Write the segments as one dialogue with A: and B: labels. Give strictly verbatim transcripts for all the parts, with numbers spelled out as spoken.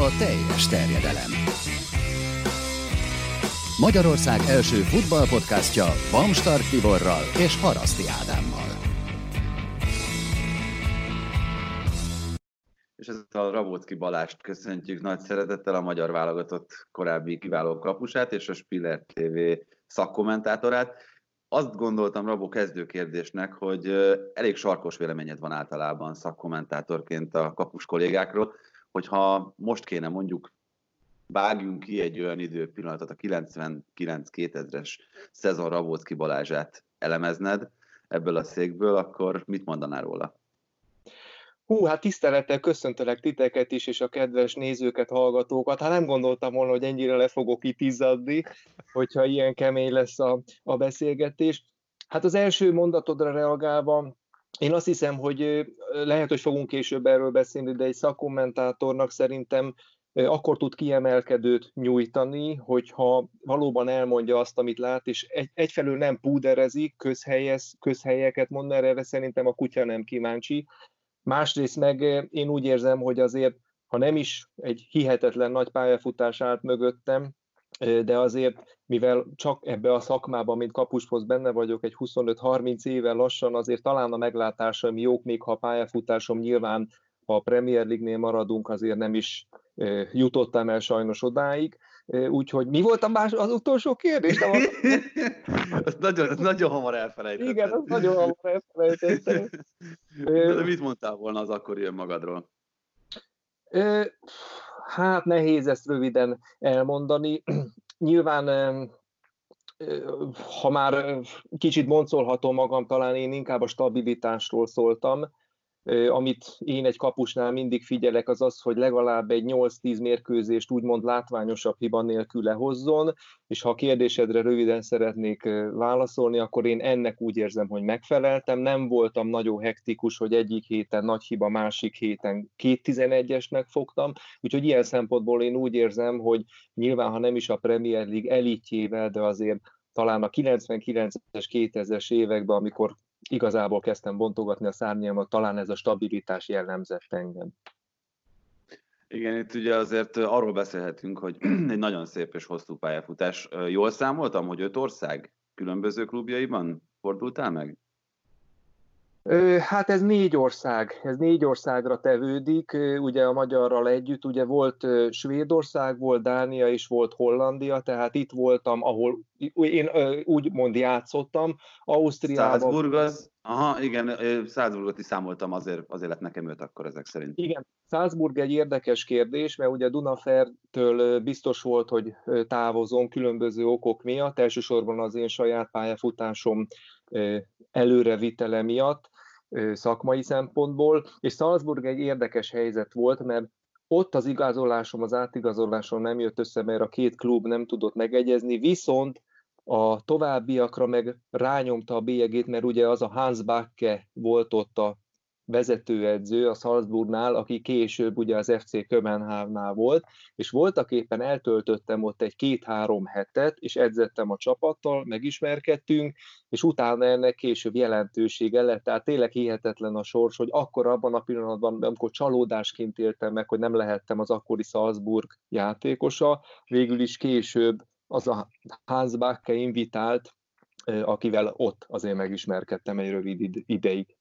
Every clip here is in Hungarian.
A: a teljes terjedelem. Magyarország első futballpodcastja Bamstart Tiborral és Haraszti Ádámmal.
B: És ezzel a Rabóczky Balást köszöntjük nagy szeretettel, a magyar válogatott korábbi kiváló kapusát és a Spiller té vé szakkommentátorát. Azt gondoltam, Rabó, kezdőkérdésnek, hogy elég sarkos véleményed van általában szakkommentátorként a kapus kollégákról, hogyha most kéne mondjuk vágjunk ki egy olyan időpillanatot, a kilencvenkilenc kétezres szezon Rabóczky Balázsát elemezned ebből a székből, akkor mit mondanál róla?
C: Hú, hát tisztelettel köszöntelek titeket is, és a kedves nézőket, hallgatókat. Hát nem gondoltam volna, hogy ennyire le fogok itt izzadni, hogyha ilyen kemény lesz a, a beszélgetés. Hát az első mondatodra reagálva, én azt hiszem, hogy lehet, hogy fogunk később erről beszélni, de egy szakkommentátornak szerintem akkor tud kiemelkedőt nyújtani, hogyha valóban elmondja azt, amit lát, és egy, egyfelől nem púderezik, közhelyez, közhelyeket mond, erre szerintem a kutya nem kíváncsi. Másrészt meg én úgy érzem, hogy azért, ha nem is egy hihetetlen nagy pályafutás állt mögöttem, de azért, mivel csak ebbe a szakmában, mint kapuspost benne vagyok, egy huszonöt-harminc éve lassan, azért talán a meglátásaim jók, még ha a pályafutásom nyilván, ha a Premier League-nél maradunk, azért nem is jutottam el sajnos odáig. Úgyhogy mi volt a más, az utolsó kérdés?
B: azt nagyon, azt nagyon hamar elfelejtettem.
C: Igen, azt nagyon hamar elfelejtettem.
B: De mit mondtál volna az akkori önmagadról?
C: Hát nehéz ezt röviden elmondani. Nyilván, ha már kicsit boncolhatom magam, talán én inkább a stabilitásról szóltam. Amit én egy kapusnál mindig figyelek, az az, hogy legalább egy nyolc-tíz mérkőzést úgymond látványosabb hiba nélkül lehozzon, és ha a kérdésedre röviden szeretnék válaszolni, akkor én ennek úgy érzem, hogy megfeleltem. Nem voltam nagyon hektikus, hogy egyik héten nagy hiba, másik héten két tizenegyesnek fogtam, úgyhogy ilyen szempontból én úgy érzem, hogy nyilván, ha nem is a Premier League elitjével, de azért talán a kilencvenkilences, kétezres években, amikor igazából kezdtem bontogatni a szárnyamat, talán ez a stabilitás jellemzett engem.
B: Igen, itt ugye azért arról beszélhetünk, hogy egy nagyon szép és hosszú pályafutás. Jól számoltam, hogy öt ország különböző klubjaiban fordultál meg?
C: Hát ez négy ország, ez négy országra tevődik, ugye a magyarral együtt, ugye volt Svédország, volt Dánia és volt Hollandia, tehát itt voltam, ahol én úgymond játszottam, Ausztriában.
B: Salzburg az, aha, igen, Salzburgot is számoltam, azért, azért lett nekem öt akkor ezek szerint.
C: Igen, Salzburg egy érdekes kérdés, mert ugye Dunafertől biztos volt, hogy távozom különböző okok miatt, elsősorban az én saját pályafutásom előrevitele miatt, szakmai szempontból, és Salzburg egy érdekes helyzet volt, mert ott az igazolásom, az átigazolásom nem jött össze, mert a két klub nem tudott megegyezni, viszont a továbbiakra meg rányomta a bélyegét, mert ugye az a Hans Backe volt ott a vezetőedző a Salzburgnál, aki később ugye az ef cé Köbenhavnnál volt, és voltak éppen eltöltöttem ott egy két-három hetet, és edzettem a csapattal, megismerkedtünk, és utána ennek később jelentősége lett. Tehát tényleg hihetetlen a sors, hogy akkor abban a pillanatban, amikor csalódásként éltem meg, hogy nem lehettem az akkori Salzburg játékosa, végül is később az a Hans Backe invitált, akivel ott azért megismerkedtem egy rövid ideig.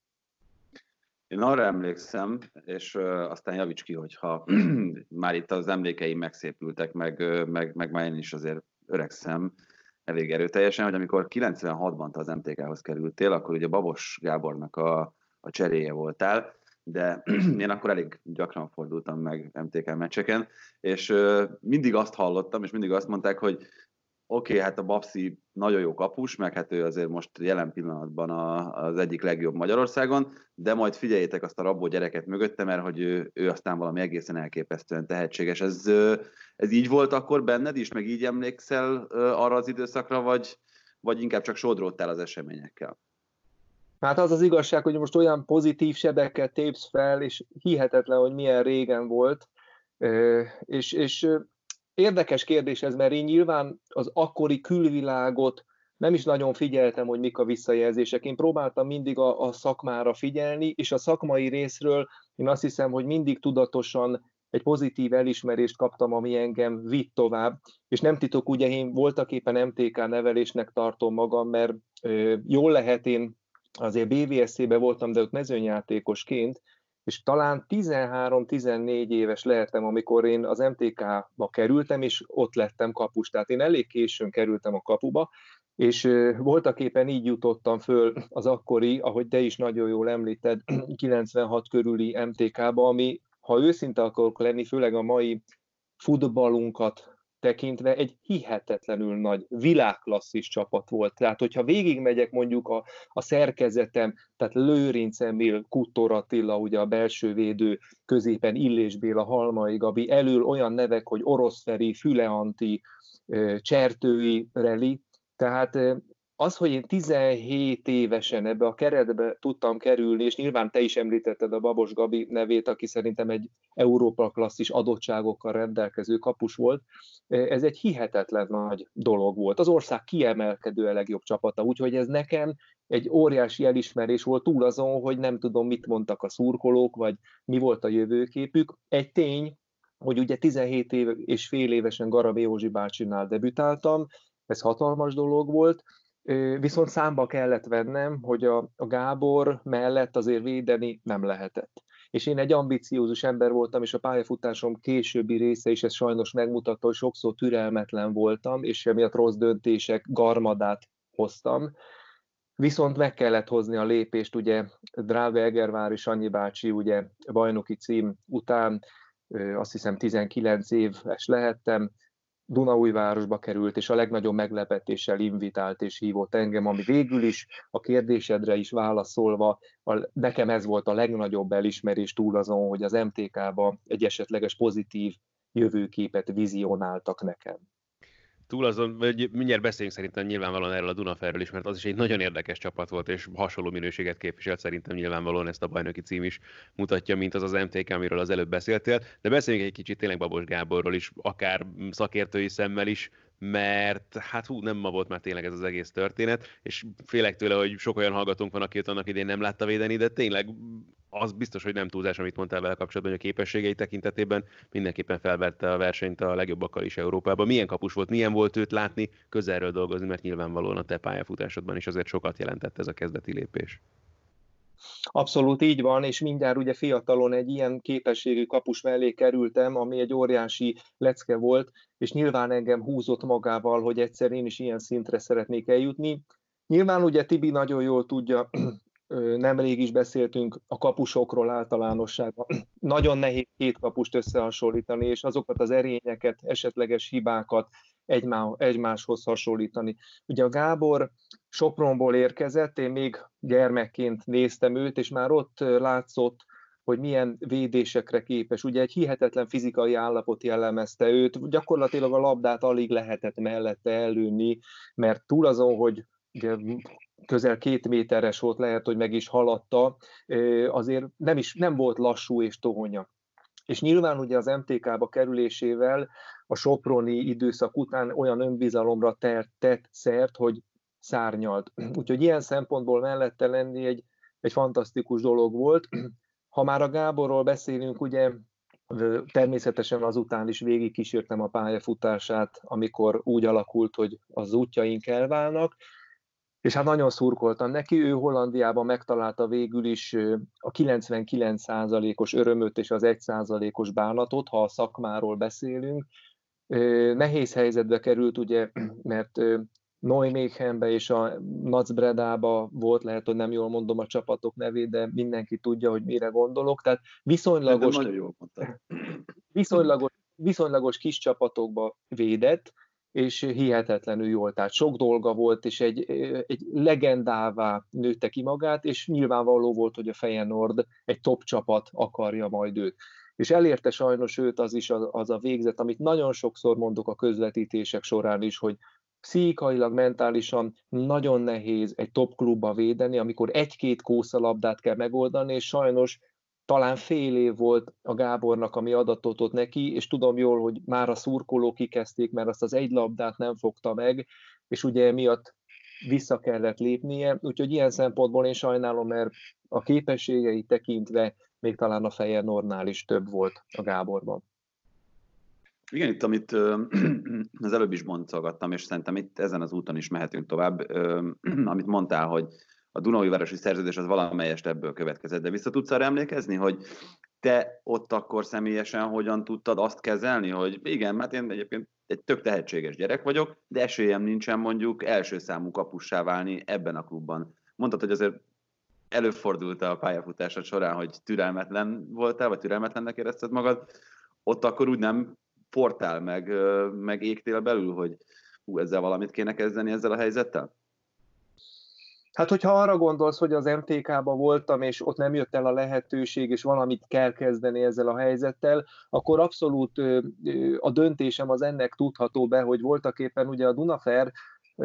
B: Én arra emlékszem, és uh, aztán javíts ki, hogyha már itt az emlékeim megszépültek, meg, uh, meg, meg már én is azért öregszem elég erőteljesen, hogy amikor kilencvenhatban te az em té ká-hoz kerültél, akkor ugye Babos Gábornak a, a cseréje voltál, de én akkor elég gyakran fordultam meg em té ká meccseken, és uh, mindig azt hallottam, és mindig azt mondták, hogy oké, okay, hát a Babsi nagyon jó kapus, meg hát ő azért most jelen pillanatban a, az egyik legjobb Magyarországon, de majd figyeljétek azt a Rabó gyereket mögötte, mert hogy ő, ő aztán valami egészen elképesztően tehetséges. Ez, ez így volt akkor benned is, meg így emlékszel arra az időszakra, vagy, vagy inkább csak sodródtál az eseményekkel?
C: Hát az az igazság, hogy most olyan pozitív sebeket tépsz fel, és hihetetlen, hogy milyen régen volt, és, és érdekes kérdés ez, mert én nyilván az akkori külvilágot nem is nagyon figyeltem, hogy mik a visszajelzések. Én próbáltam mindig a, a szakmára figyelni, és a szakmai részről én azt hiszem, hogy mindig tudatosan egy pozitív elismerést kaptam, ami engem vitt tovább, és nem titok, ugye én voltaképpen em té ká nevelésnek tartom magam, mert ö, jól lehet én azért bé vé es cé-ben voltam, de ott mezőnyjátékosként, és talán tizenhárom-tizennégy éves lehetem, amikor én az em té ká-ba kerültem, és ott lettem kapus. Tehát én elég későn kerültem a kapuba, és voltaképpen így jutottam föl az akkori, ahogy te is nagyon jól említed, kilencvenhat körüli em té ká-ba, ami, ha őszinte akarok lenni, főleg a mai futballunkat tekintve egy hihetetlenül nagy, világklasszis csapat volt. Tehát, hogyha végigmegyek mondjuk a, a szerkezetem, tehát Lőrinc Emil, Kuttor Attila, ugye a belső védő, középen Illés Béla, Halmai Gabi, elől olyan nevek, hogy Orosz Feri, Füle Antti, Csertői Reli, tehát az, hogy én tizenhét évesen ebbe a keretbe tudtam kerülni, és nyilván te is említetted a Babos Gabi nevét, aki szerintem egy Európa klasszis adottságokkal rendelkező kapus volt, ez egy hihetetlen nagy dolog volt. Az ország kiemelkedő a legjobb csapata, úgyhogy ez nekem egy óriási elismerés volt, túl azon, hogy nem tudom, mit mondtak a szurkolók, vagy mi volt a jövőképük. Egy tény, hogy ugye tizenhét év és fél évesen Garabé Józsi bácsinál debütáltam, ez hatalmas dolog volt, viszont számba kellett vennem, hogy a, a Gábor mellett azért védeni nem lehetett. És én egy ambiciózus ember voltam, és a pályafutásom későbbi része is ez sajnos megmutatta, hogy sokszor türelmetlen voltam, és emiatt rossz döntések garmadát hoztam. Viszont meg kellett hozni a lépést, ugye drága Egervári Sanyi bácsi, ugye bajnoki cím után, azt hiszem tizenkilenc éves lehettem, Dunaújvárosba került, és a legnagyobb meglepetéssel invitált és hívott engem, ami végül is a kérdésedre is válaszolva, a, nekem ez volt a legnagyobb elismerés túl azon, hogy az em té ká-ba egy esetleges pozitív jövőképet vizionáltak nekem.
D: Túl azon, hogy mindjárt beszéljünk szerintem nyilvánvalóan erről a Dunaferről is, mert az is egy nagyon érdekes csapat volt, és hasonló minőséget képviselt, szerintem nyilvánvalóan ezt a bajnoki cím is mutatja, mint az az em té ká, amiről az előbb beszéltél. De beszéljünk egy kicsit tényleg Babos Gáborról is, akár szakértői szemmel is, mert hát hú, nem ma volt már tényleg ez az egész történet, és félek tőle, hogy sok olyan hallgatónk van, aki ott annak idén nem látta védeni, de tényleg az biztos, hogy nem túlzás, amit mondtál vele kapcsolatban, hogy a képességei tekintetében mindenképpen felvette a versenyt a legjobbakkal is Európában. Milyen kapus volt, milyen volt őt látni, közelről dolgozni, mert nyilvánvalóan a te pályafutásodban is azért sokat jelentett ez a kezdeti lépés.
C: Abszolút így van, és mindjárt ugye fiatalon egy ilyen képességű kapus mellé kerültem, ami egy óriási lecke volt, és nyilván engem húzott magával, hogy egyszer én is ilyen szintre szeretnék eljutni. Nyilván ugye Tibi nagyon jól tudja, nemrég is beszéltünk a kapusokról általánosságban. Nagyon nehéz két kapust összehasonlítani, és azokat az erényeket, esetleges hibákat egymáshoz hasonlítani. Ugye a Gábor Sopronból érkezett, én még gyermekként néztem őt, és már ott látszott, hogy milyen védésekre képes. Ugye egy hihetetlen fizikai állapot jellemezte őt, gyakorlatilag a labdát alig lehetett mellette ellőni, mert túl azon, hogy ugye közel két méteres volt, lehet, hogy meg is haladta, azért nem, is, nem volt lassú és tohonya. És nyilván ugye az em té ká-ba kerülésével a soproni időszak után olyan önbizalomra tett szert, hogy szárnyalt. Úgyhogy ilyen szempontból mellette lenni egy, egy fantasztikus dolog volt. Ha már a Gáborról beszélünk, ugye természetesen azután is végigkísértem a pályafutását, amikor úgy alakult, hogy az útjaink elválnak, és hát nagyon szurkoltam neki, ő Hollandiában megtalálta végül is a kilencvenkilenc százalékos örömöt és az egy százalékos bánatot, ha a szakmáról beszélünk. Nehéz helyzetbe került, ugye, mert Nijmegenbe és a Nacbredába volt, lehet, hogy nem jól mondom a csapatok nevét, de mindenki tudja, hogy mire gondolok. Tehát viszonylagos, viszonylagos, viszonylagos kis csapatokba védett, és hihetetlenül jól. Tehát sok dolga volt, és egy, egy legendává nőtte ki magát, és nyilvánvaló volt, hogy a Feyenoord egy top csapat akarja majd őt. És elérte sajnos őt az is az, az a végzet, amit nagyon sokszor mondok a közvetítések során is, hogy pszichikailag, mentálisan nagyon nehéz egy top klubba védeni, amikor egy-két kószalabdát kell megoldani, és sajnos talán fél év volt a Gábornak, ami adatot ott neki, és tudom jól, hogy már a szurkolók kikezdték, mert azt az egy labdát nem fogta meg, és ugye emiatt vissza kellett lépnie, úgyhogy ilyen szempontból én sajnálom, mert a képességei tekintve még talán a Feyenoordnál is több volt a Gáborban.
B: Igen, itt amit az előbb is boncolgattam, és szerintem itt ezen az úton is mehetünk tovább, amit mondtál, hogy a Dunaújvárosi szerződés az valamelyest ebből következett, de vissza tudsz arra emlékezni, hogy te ott akkor személyesen hogyan tudtad azt kezelni, hogy igen, hát én egyébként egy tök tehetséges gyerek vagyok, de esélyem nincsen mondjuk első számú kapussá válni ebben a klubban. Mondtad, hogy azért előfordult a pályafutásod során, hogy türelmetlen voltál, vagy türelmetlennek érezted magad, ott akkor úgy nem portál meg, meg égtél belül, hogy hú, ezzel valamit kéne kezdeni ezzel a helyzettel?
C: Hát, hogyha arra gondolsz, hogy az em té ká-ban voltam, és ott nem jött el a lehetőség, és valamit kell kezdeni ezzel a helyzettel, akkor abszolút a döntésem az ennek tudható be, hogy voltaképpen ugye a Dunafer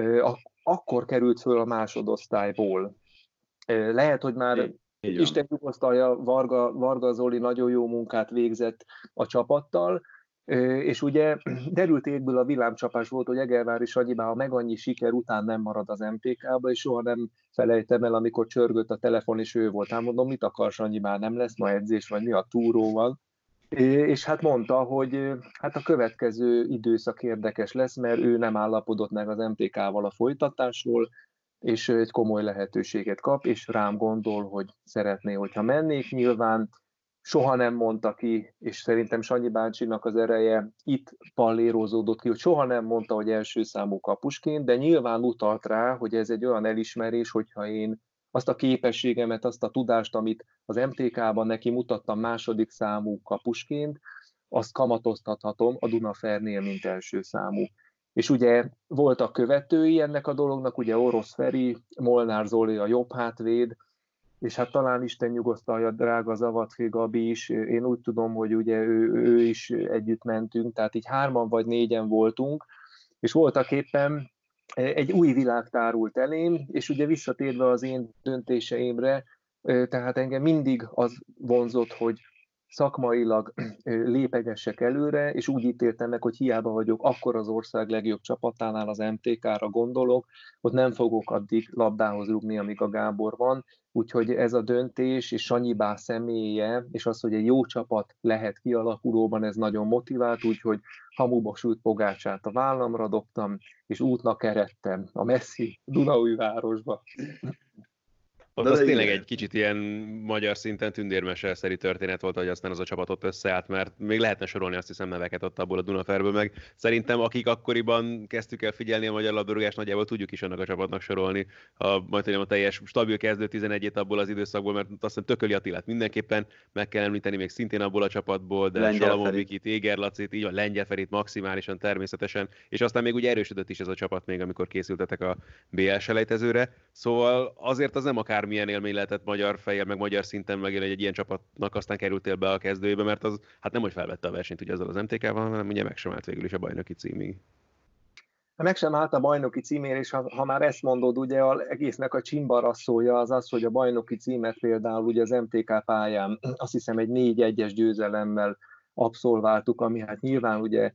C: akkor került föl a másodosztályból. Lehet, hogy már é, Isten nyugosztalja, Varga, Varga Zoli nagyon jó munkát végzett a csapattal, és ugye derült égből a villámcsapás volt, hogy Egervári Sanyibá a meg annyi siker után nem marad az em té ká-ba, és soha nem felejtem el, amikor csörgött a telefon, és ő volt. Hát mondom, mit akar Sanyibá, nem lesz ma edzés, vagy mi a túró van? És hát mondta, hogy hát a következő időszak érdekes lesz, mert ő nem állapodott meg az em té ká-val a folytatásról, és egy komoly lehetőséget kap, és rám gondol, hogy szeretné, hogyha mennék. Nyilván soha nem mondta ki, és szerintem Sanyi bácsinak az ereje itt pallérozódott ki, hogy soha nem mondta, hogy első számú kapusként, de nyilván utalt rá, hogy ez egy olyan elismerés, hogyha én azt a képességemet, azt a tudást, amit az em té ká-ban neki mutattam második számú kapusként, azt kamatoztathatom a Dunafernél, mint első számú. És ugye voltak követői ennek a dolognak, ugye Orosz Feri, Molnár Zoli a jobb hátvéd, és hát talán Isten nyugosztalja, drága Zavadfi Gabi is, én úgy tudom, hogy ugye ő, ő is együtt mentünk, tehát így hárman vagy négyen voltunk, és voltak éppen egy új világ tárult elém, és ugye visszatérve az én döntéseimre, tehát engem mindig az vonzott, hogy szakmailag lépegessek előre, és úgy ítéltem meg, hogy hiába vagyok akkor az ország legjobb csapatánál, az em té ká-ra gondolok, ott nem fogok addig labdához rúgni, amíg a Gábor van, úgyhogy ez a döntés, és Sanyibá személye, és az, hogy egy jó csapat lehet kialakulóban, ez nagyon motivált, úgyhogy hamuba sült pogácsát a vállamra dobtam, és útnak eredtem a messzi Dunaújvárosba.
D: Ott az tényleg egy kicsit ilyen magyar szinten tündérmese-szerű történet volt, hogy aztán az a csapat ott összeállt, mert még lehetne sorolni azt hiszem neveket ott abból a Dunaferből, meg szerintem akik akkoriban kezdtük el figyelni a magyar labdarúgást, nagyjából tudjuk is annak a csapatnak sorolni a, majd tudom, a teljes stabil kezdő tizenegyet abból az időszakból, mert azt hiszem Tököli Attilát mindenképpen meg kell említeni, még szintén abból a csapatból, de Salamon Vikit, Éger Lacit, így a Lengyel Ferit maximálisan természetesen, és aztán még ugye erősödött is ez a csapat még, amikor készültetek a bé el selejtezőre, szóval azért az nem akár milyen élmény lehetett magyar fejjel, meg magyar szinten megélni, hogy egy ilyen csapatnak aztán kerültél be a kezdőjébe, mert az hát nem hogy felvette a versenyt ugye ezzel az em té ká-val, hanem ugye meg sem állt végül is a bajnoki címig.
C: Meg sem állt a bajnoki címér, és ha, ha már ezt mondod, ugye az egésznek a csimbarasszója az az, hogy a bajnoki címet például ugye az em té ká pályán azt hiszem egy négy egyes győzelemmel abszolváltuk, ami hát nyilván ugye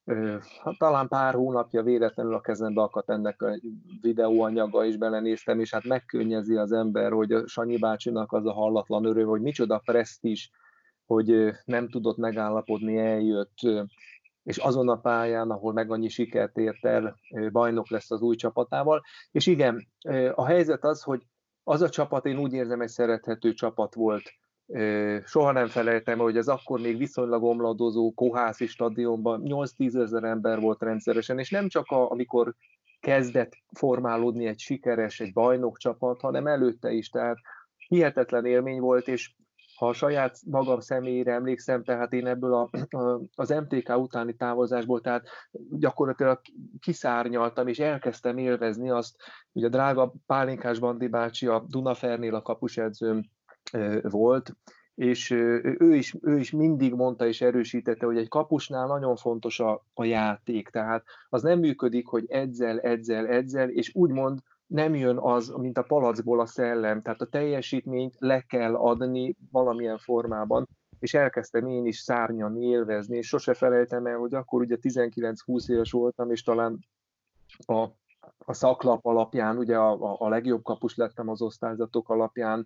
C: Hát talán pár hónapja véletlenül a kezembe akadt ennek a videóanyaga, is belenéztem, és hát megkönnyezi az ember, hogy a Sanyi bácsinak az a hallatlan öröm, hogy micsoda presztízs, hogy nem tudott megállapodni, eljött, és azon a pályán, ahol meg annyi sikert ért el, bajnok lesz az új csapatával. És igen, a helyzet az, hogy az a csapat, én úgy érzem, egy szerethető csapat volt. Soha nem felejtem, hogy ez akkor még viszonylag omladozó Kohászi stadionban nyolc-tízezer ember volt rendszeresen, és nem csak a, amikor kezdett formálódni egy sikeres, egy bajnok csapat, hanem előtte is, tehát hihetetlen élmény volt, és ha a saját magam személyére emlékszem, tehát én ebből a, a, az em té ká utáni távozásból, tehát gyakorlatilag kiszárnyaltam, és elkezdtem élvezni azt, hogy a drága Pálinkás Bandi bácsi a Dunafernél a kapusedzőm volt, és ő is, ő is mindig mondta és erősítette, hogy egy kapusnál nagyon fontos a, a játék, tehát az nem működik, hogy edzel, edzel, edzel, és úgymond nem jön az, mint a palackból a szellem, tehát a teljesítményt le kell adni valamilyen formában, és elkezdtem én is szárnyalni, élvezni, és sose felejtem el, hogy akkor ugye tizenkilenc-húsz éves voltam, és talán a, a szaklap alapján, ugye a, a, a legjobb kapus lettem az osztályzatok alapján,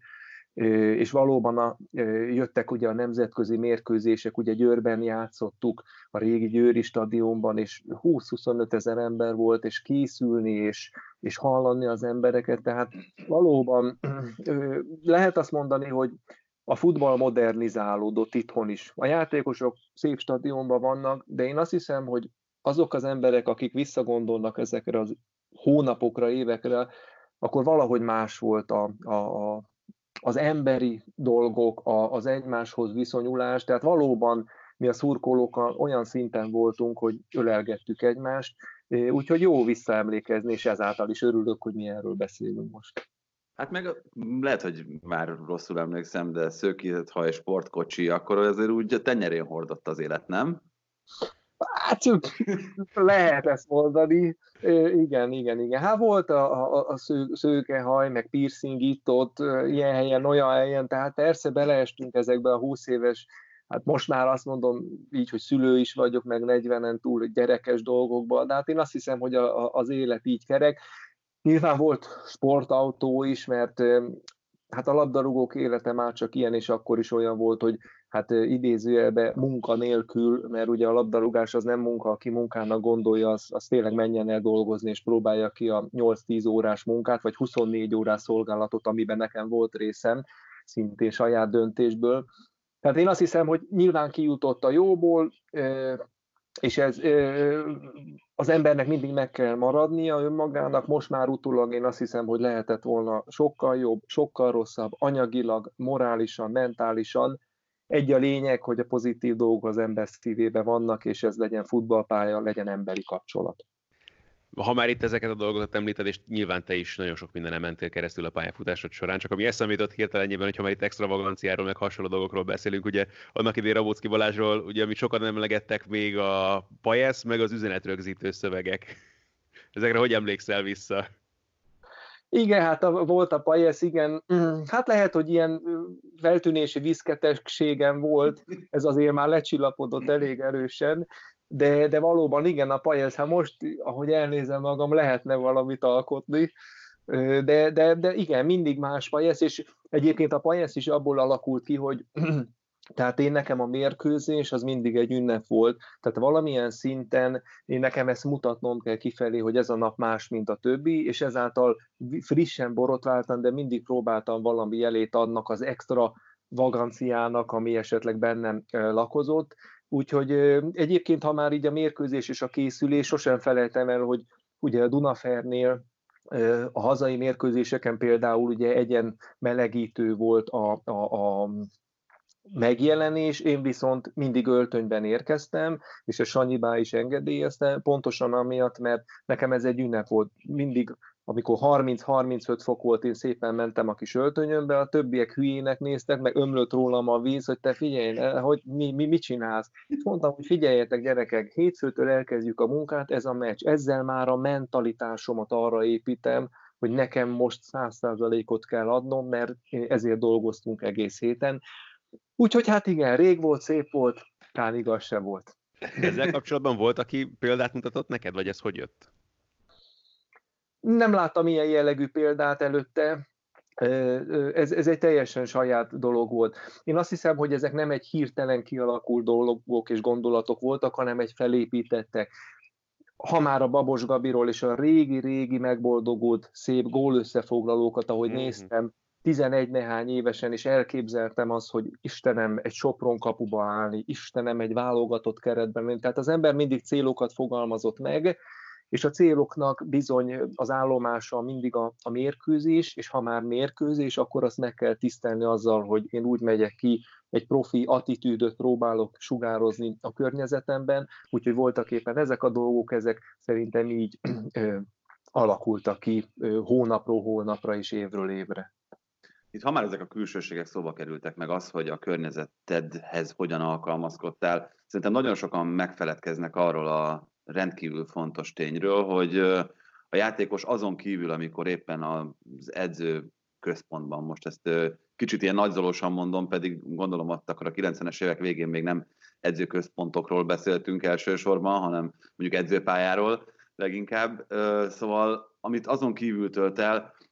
C: és valóban a, jöttek ugye a nemzetközi mérkőzések, ugye Győrben játszottuk, a régi Győri stadionban, és húsz-huszonöt ezer ember volt, és készülni, és, és hallani az embereket, tehát valóban lehet azt mondani, hogy a futball modernizálódott itthon is. A játékosok szép stadionban vannak, de én azt hiszem, hogy azok az emberek, akik visszagondolnak ezekre az hónapokra, évekre, akkor valahogy más volt a, a, a, az emberi dolgok, a, az egymáshoz viszonyulás, tehát valóban mi a szurkolókkal olyan szinten voltunk, hogy ölelgettük egymást, úgyhogy jó visszaemlékezni, és ezáltal is örülök, hogy mi erről beszélünk most.
B: Hát meg lehet, hogy már rosszul emlékszem, de szőkített haj és sportkocsi, akkor azért úgy a tenyerén hordott az élet, nem?
C: Hát lehet ezt mondani. Igen, igen, igen. Hát volt a, a, a szőkehaj, meg piercing itt-ott, ilyen helyen, olyan helyen, tehát persze beleestünk ezekbe a húsz éves, hát most már azt mondom így, hogy szülő is vagyok, meg negyvenen túl gyerekes dolgokban, de hát én azt hiszem, hogy a, a, az élet így kerek. Nyilván volt sportautó is, mert hát a labdarúgók élete már csak ilyen, és akkor is olyan volt, hogy hát idézőjelben munka nélkül, mert ugye a labdarúgás az nem munka, aki munkának gondolja, az, az tényleg menjen el dolgozni, és próbálja ki a nyolc-tíz órás munkát, vagy huszonnégy órás szolgálatot, amiben nekem volt részem, szintén saját döntésből. Tehát én azt hiszem, hogy nyilván kijutott a jóból, és ez az embernek mindig meg kell maradnia önmagának, most már utólag én azt hiszem, hogy lehetett volna sokkal jobb, sokkal rosszabb, anyagilag, morálisan, mentálisan. Egy a lényeg, hogy a pozitív dolgok az ember szívében vannak, és ez legyen futballpálya, legyen emberi kapcsolat.
D: Ha már itt ezeket a dolgokat említed, és nyilván te is nagyon sok mindenen mentél keresztül a pályafutásod során, csak ami eszembe jutott hirtelenjében, hogyha már itt extravaganciáról, meg hasonló dolgokról beszélünk, ugye annak idén Rabóczki Balázsról, ugye amit sokan emlegettek még a pajesz, meg az üzenetrögzítő szövegek. Ezekre hogy emlékszel vissza?
C: Igen, hát a, volt a pajesz, igen. Hát lehet, hogy ilyen feltűnési viszketességem volt, ez azért már lecsillapodott elég erősen, de, de valóban igen, a pajesz, hát most, ahogy elnézem magam, lehetne valamit alkotni, de, de, de igen, mindig más pajesz, és egyébként a pajesz is abból alakult ki, hogy tehát én nekem a mérkőzés az mindig egy ünnep volt, tehát valamilyen szinten én nekem ezt mutatnom kell kifelé, hogy ez a nap más, mint a többi, és ezáltal frissen borotváltam, de mindig próbáltam valami jelét annak az extra vaganciának, ami esetleg bennem lakozott. Úgyhogy egyébként, ha már így a mérkőzés és a készülés, sosem felejtem el, hogy ugye a Dunafernél a hazai mérkőzéseken például ugye egyen melegítő volt a, a, a megjelenés, én viszont mindig öltönyben érkeztem, és a Sanyibá is engedélyezte, pontosan amiatt, mert nekem ez egy ünnep volt. Mindig, amikor harminc-harmincöt fok volt, én szépen mentem a kis öltönyömbe, a többiek hülyének néztek, meg ömlött rólam a víz, hogy te figyelj, hogy mi, mi, mit csinálsz? És mondtam, hogy figyeljetek gyerekek, hétfőtől elkezdjük a munkát, ez a meccs. Ezzel már a mentalitásomat arra építem, hogy nekem most száz százalékot kell adnom, mert ezért dolgoztunk egész héten. Úgyhogy hát igen, rég volt, szép volt, talán igaz se volt.
D: Ezzel kapcsolatban volt, aki példát mutatott neked, vagy ez hogy jött?
C: Nem láttam ilyen jellegű példát előtte, ez, ez egy teljesen saját dolog volt. Én azt hiszem, hogy ezek nem egy hirtelen kialakult dolgok és gondolatok voltak, hanem egy felépítettek. Ha már a Babos Gabiról és a régi-régi megboldogult szép gólösszefoglalókat, ahogy mm-hmm. néztem, tizenegy nehány évesen, és elképzeltem azt, hogy Istenem, egy Sopron kapuba állni, Istenem, egy válogatott keretben. Tehát az ember mindig célokat fogalmazott meg, és a céloknak bizony az állomása mindig a, a mérkőzés, és ha már mérkőzés, akkor azt meg kell tisztelni azzal, hogy én úgy megyek ki, egy profi attitűdöt próbálok sugározni a környezetemben, úgyhogy voltak éppen ezek a dolgok, ezek szerintem így ö, alakultak ki ö, hónapról hónapra és évről évre.
B: Itt ha már ezek a külsőségek szóba kerültek, meg az, hogy a környezetedhez hogyan alkalmazkodtál, szerintem nagyon sokan megfeledkeznek arról a rendkívül fontos tényről, hogy a játékos azon kívül, amikor éppen az edző központban, most ezt kicsit ilyen nagyzolósan mondom, pedig gondolom ott akkor a kilencvenes évek végén még nem edzőközpontokról beszéltünk elsősorban, hanem mondjuk edzőpályáról leginkább. Szóval, amit azon kívül tölt el,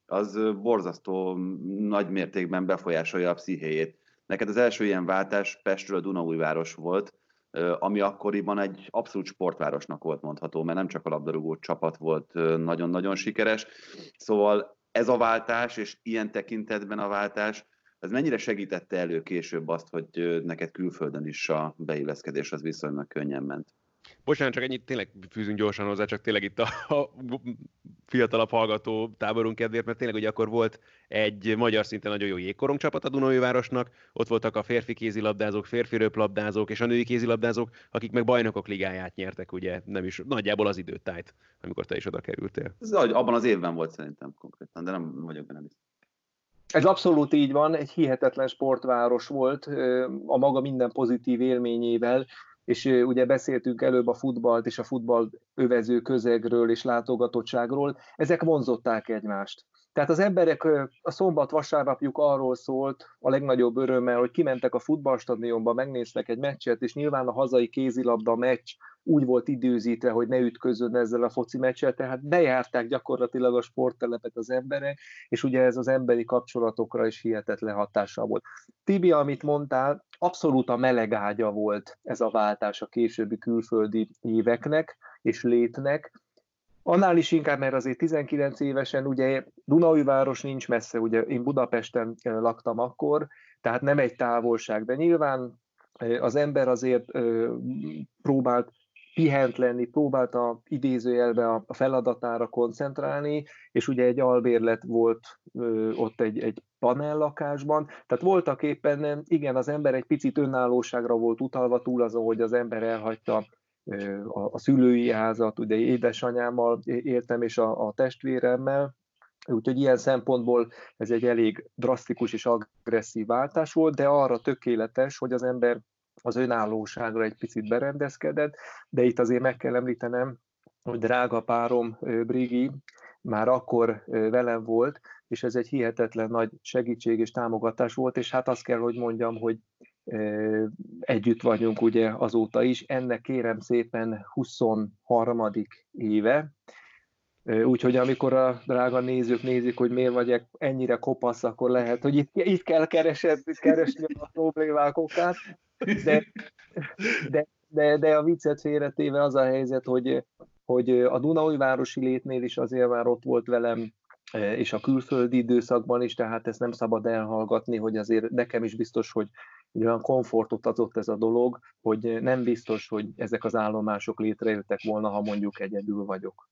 B: az borzasztó nagy mértékben befolyásolja a pszichéjét. Neked az első ilyen váltás Pestről a Dunaújváros volt, ami akkoriban egy abszolút sportvárosnak volt mondható, mert nem csak a labdarúgó csapat volt nagyon-nagyon sikeres. Szóval ez a váltás, és ilyen tekintetben a váltás, ez mennyire segítette elő később azt, hogy neked külföldön is a beilleszkedés az viszonylag könnyen ment?
D: Bocsánat, csak ennyit tényleg fűzünk gyorsan hozzá, csak tényleg itt a, a fiatalabb hallgató táborunk kedvéért, mert tényleg ugye akkor volt egy magyar szinten nagyon jó jégkorong csapat a Dunaújvárosnak, ott voltak a férfi kézilabdázók, férfi röplabdázók és a női kézilabdázók, akik meg bajnokok ligáját nyertek, ugye nem is nagyjából az időtájt, amikor te is oda kerültél.
B: Ez abban az évben volt szerintem konkrétan, de nem vagyok benne biztos.
C: Ez abszolút így van, egy hihetetlen sportváros volt a maga minden pozitív élményével, és ugye beszéltünk előbb a futballt és a futball övező közegről és látogatottságról, ezek vonzották egymást. Tehát az emberek, a szombat-vasárnapjuk arról szólt a legnagyobb örömmel, hogy kimentek a futballstadionba, megnéztek egy meccset, és nyilván a hazai kézilabda meccs úgy volt időzítve, hogy ne ütközön ezzel a foci meccsel, tehát bejárták gyakorlatilag a sporttelepet az emberek, és ugye ez az emberi kapcsolatokra is hihetetlen hatással volt. Tibi, amit mondtál, abszolút a meleg ágya volt ez a váltás a későbbi külföldi éveknek és létnek. Annál is inkább, mert azért tizenkilenc évesen, ugye Dunaújváros nincs messze, ugye én Budapesten laktam akkor, tehát nem egy távolság, de nyilván az ember azért próbált pihent lenni, próbálta idézőjelbe a feladatára koncentrálni, és ugye egy albérlet volt ott egy, egy panellakásban, tehát voltak éppen, igen, az ember egy picit önállóságra volt utalva túl azon, hogy az ember elhagyta a szülői házat, ugye édesanyámmal éltem, és a, a testvéremmel, úgyhogy ilyen szempontból ez egy elég drasztikus és agresszív váltás volt, de arra tökéletes, hogy az ember az önállóságra egy picit berendezkedett, de itt azért meg kell említenem, hogy drága párom Brigi már akkor velem volt, és ez egy hihetetlen nagy segítség és támogatás volt, és hát azt kell, hogy mondjam, hogy együtt vagyunk ugye azóta is, ennek kérem szépen huszonharmadik éve, úgyhogy amikor a drága nézők nézik, hogy miért vagyok ennyire kopasz, akkor lehet, hogy itt, itt kell keresed, keresni a problémák okát, de, de, de, de a viccet félretéve az a helyzet, hogy, hogy a Dunaújvárosi létnél is azért már ott volt velem, és a külföldi időszakban is, tehát ezt nem szabad elhallgatni, hogy azért nekem is biztos, hogy egy olyan komfortot adott ez a dolog, hogy nem biztos, hogy ezek az állomások létrejöttek volna, ha mondjuk egyedül vagyok.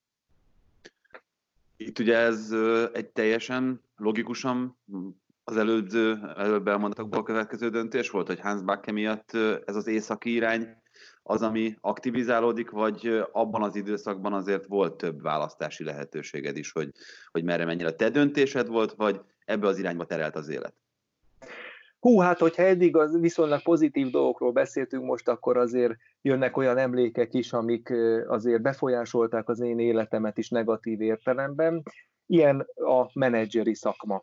B: Itt ugye ez egy teljesen logikusan az előző, előbb elmondottakból következő döntés volt, hogy Hans Backe miatt ez az északi irány az, ami aktivizálódik, vagy abban az időszakban azért volt több választási lehetőséged is, hogy, hogy merre mennyire te döntésed volt, vagy ebbe az irányba terelt az élet?
C: Hú, hát hogyha eddig az viszonylag pozitív dolgokról beszéltünk, most akkor azért jönnek olyan emlékek is, amik azért befolyásolták az én életemet is negatív értelemben. Ilyen a menedzseri szakma.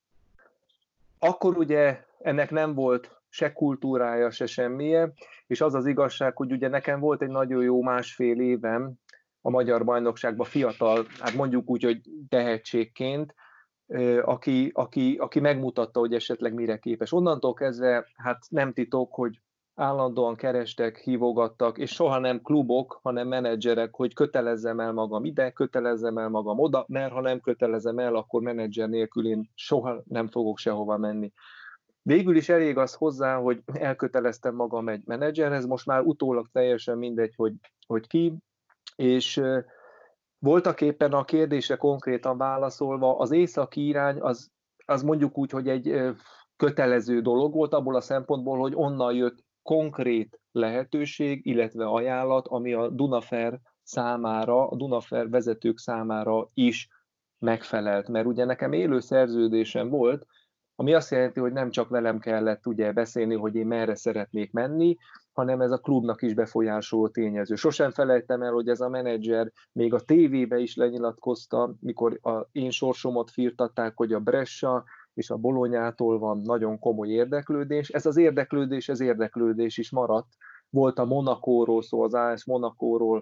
C: Akkor ugye ennek nem volt se kultúrája, se semmije, és az az igazság, hogy ugye nekem volt egy nagyon jó másfél évem a Magyar Bajnokságban fiatal, hát mondjuk úgy, hogy tehetségként, Aki, aki, aki megmutatta, hogy esetleg mire képes. Onnantól kezdve, hát nem titok, hogy állandóan kerestek, hívogattak, és soha nem klubok, hanem menedzserek, hogy kötelezzem el magam ide, kötelezzem el magam oda, mert ha nem kötelezem el, akkor menedzser nélkül én soha nem fogok sehova menni. Végül is elég az hozzá, hogy elköteleztem magam egy menedzserhez, most már utólag teljesen mindegy, hogy, hogy ki, és voltak éppen a kérdésre konkrétan válaszolva, az északi irány az, az mondjuk úgy, hogy egy kötelező dolog volt abból a szempontból, hogy onnan jött konkrét lehetőség, illetve ajánlat, ami a Dunafer számára, a Dunafer vezetők számára is megfelelt. Mert ugye nekem élő szerződésem volt, ami azt jelenti, hogy nem csak velem kellett ugye beszélni, hogy én merre szeretnék menni, hanem ez a klubnak is befolyásoló tényező. Sosem felejtem el, hogy ez a menedzser még a tévébe is lenyilatkozta, mikor a én sorsomat firtatták, hogy a Brescia és a Bolonyától van nagyon komoly érdeklődés. Ez az érdeklődés, ez érdeklődés is maradt. Volt a Monacóról szó, az á es Monacóról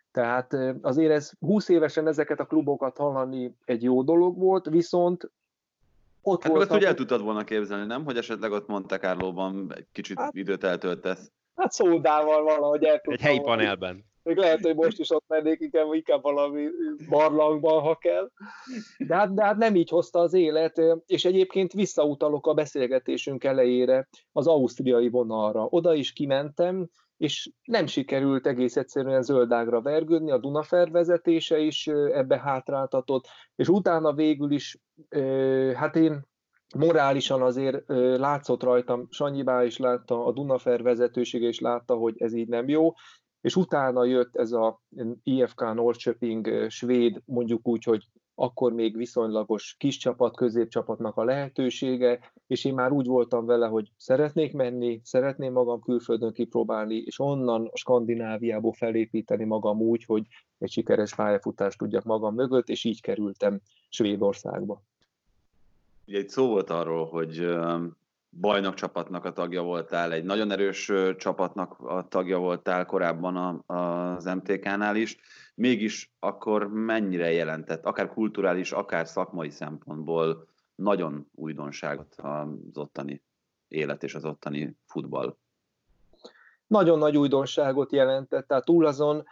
C: Tehát azért ez húsz évesen ezeket a klubokat hallani egy jó dolog volt, viszont ott
B: hát
C: voltak...
B: azt úgy el tudtad volna képzelni, nem? Hogy esetleg ott Monte Carlóban egy kicsit hát, időt eltöltesz.
C: Hát szódával valahogy el tudtam.
D: Egy helyi panelben.
C: Még lehet, hogy most is ott mennék, inkább, inkább valami barlangban, ha kell. De hát, de hát nem így hozta az élet, és egyébként visszautalok a beszélgetésünk elejére az ausztriai vonalra. Oda is kimentem, és nem sikerült egész egyszerűen zöldágra vergődni, a Dunafer vezetése is ebbe hátráltatott, és utána végül is, hát én morálisan azért látszott rajtam, Sanyibá is látta, a Dunafer vezetősége is látta, hogy ez így nem jó, és utána jött ez a i ef ká Norrköping svéd, mondjuk úgy, hogy akkor még viszonylagos kis csapat, középcsapatnak a lehetősége, és én már úgy voltam vele, hogy szeretnék menni, szeretném magam külföldön kipróbálni, és onnan a Skandináviából felépíteni magam úgy, hogy egy sikeres pályafutást tudjak magam mögött, és így kerültem Svédországba.
B: Ugye itt szó volt arról, hogy bajnokcsapatnak a tagja voltál, egy nagyon erős csapatnak a tagja voltál korábban az em té ká-nál is, mégis akkor mennyire jelentett, akár kulturális, akár szakmai szempontból nagyon újdonságot az ottani élet és az ottani futball?
C: Nagyon nagy újdonságot jelentett, tehát túl azon,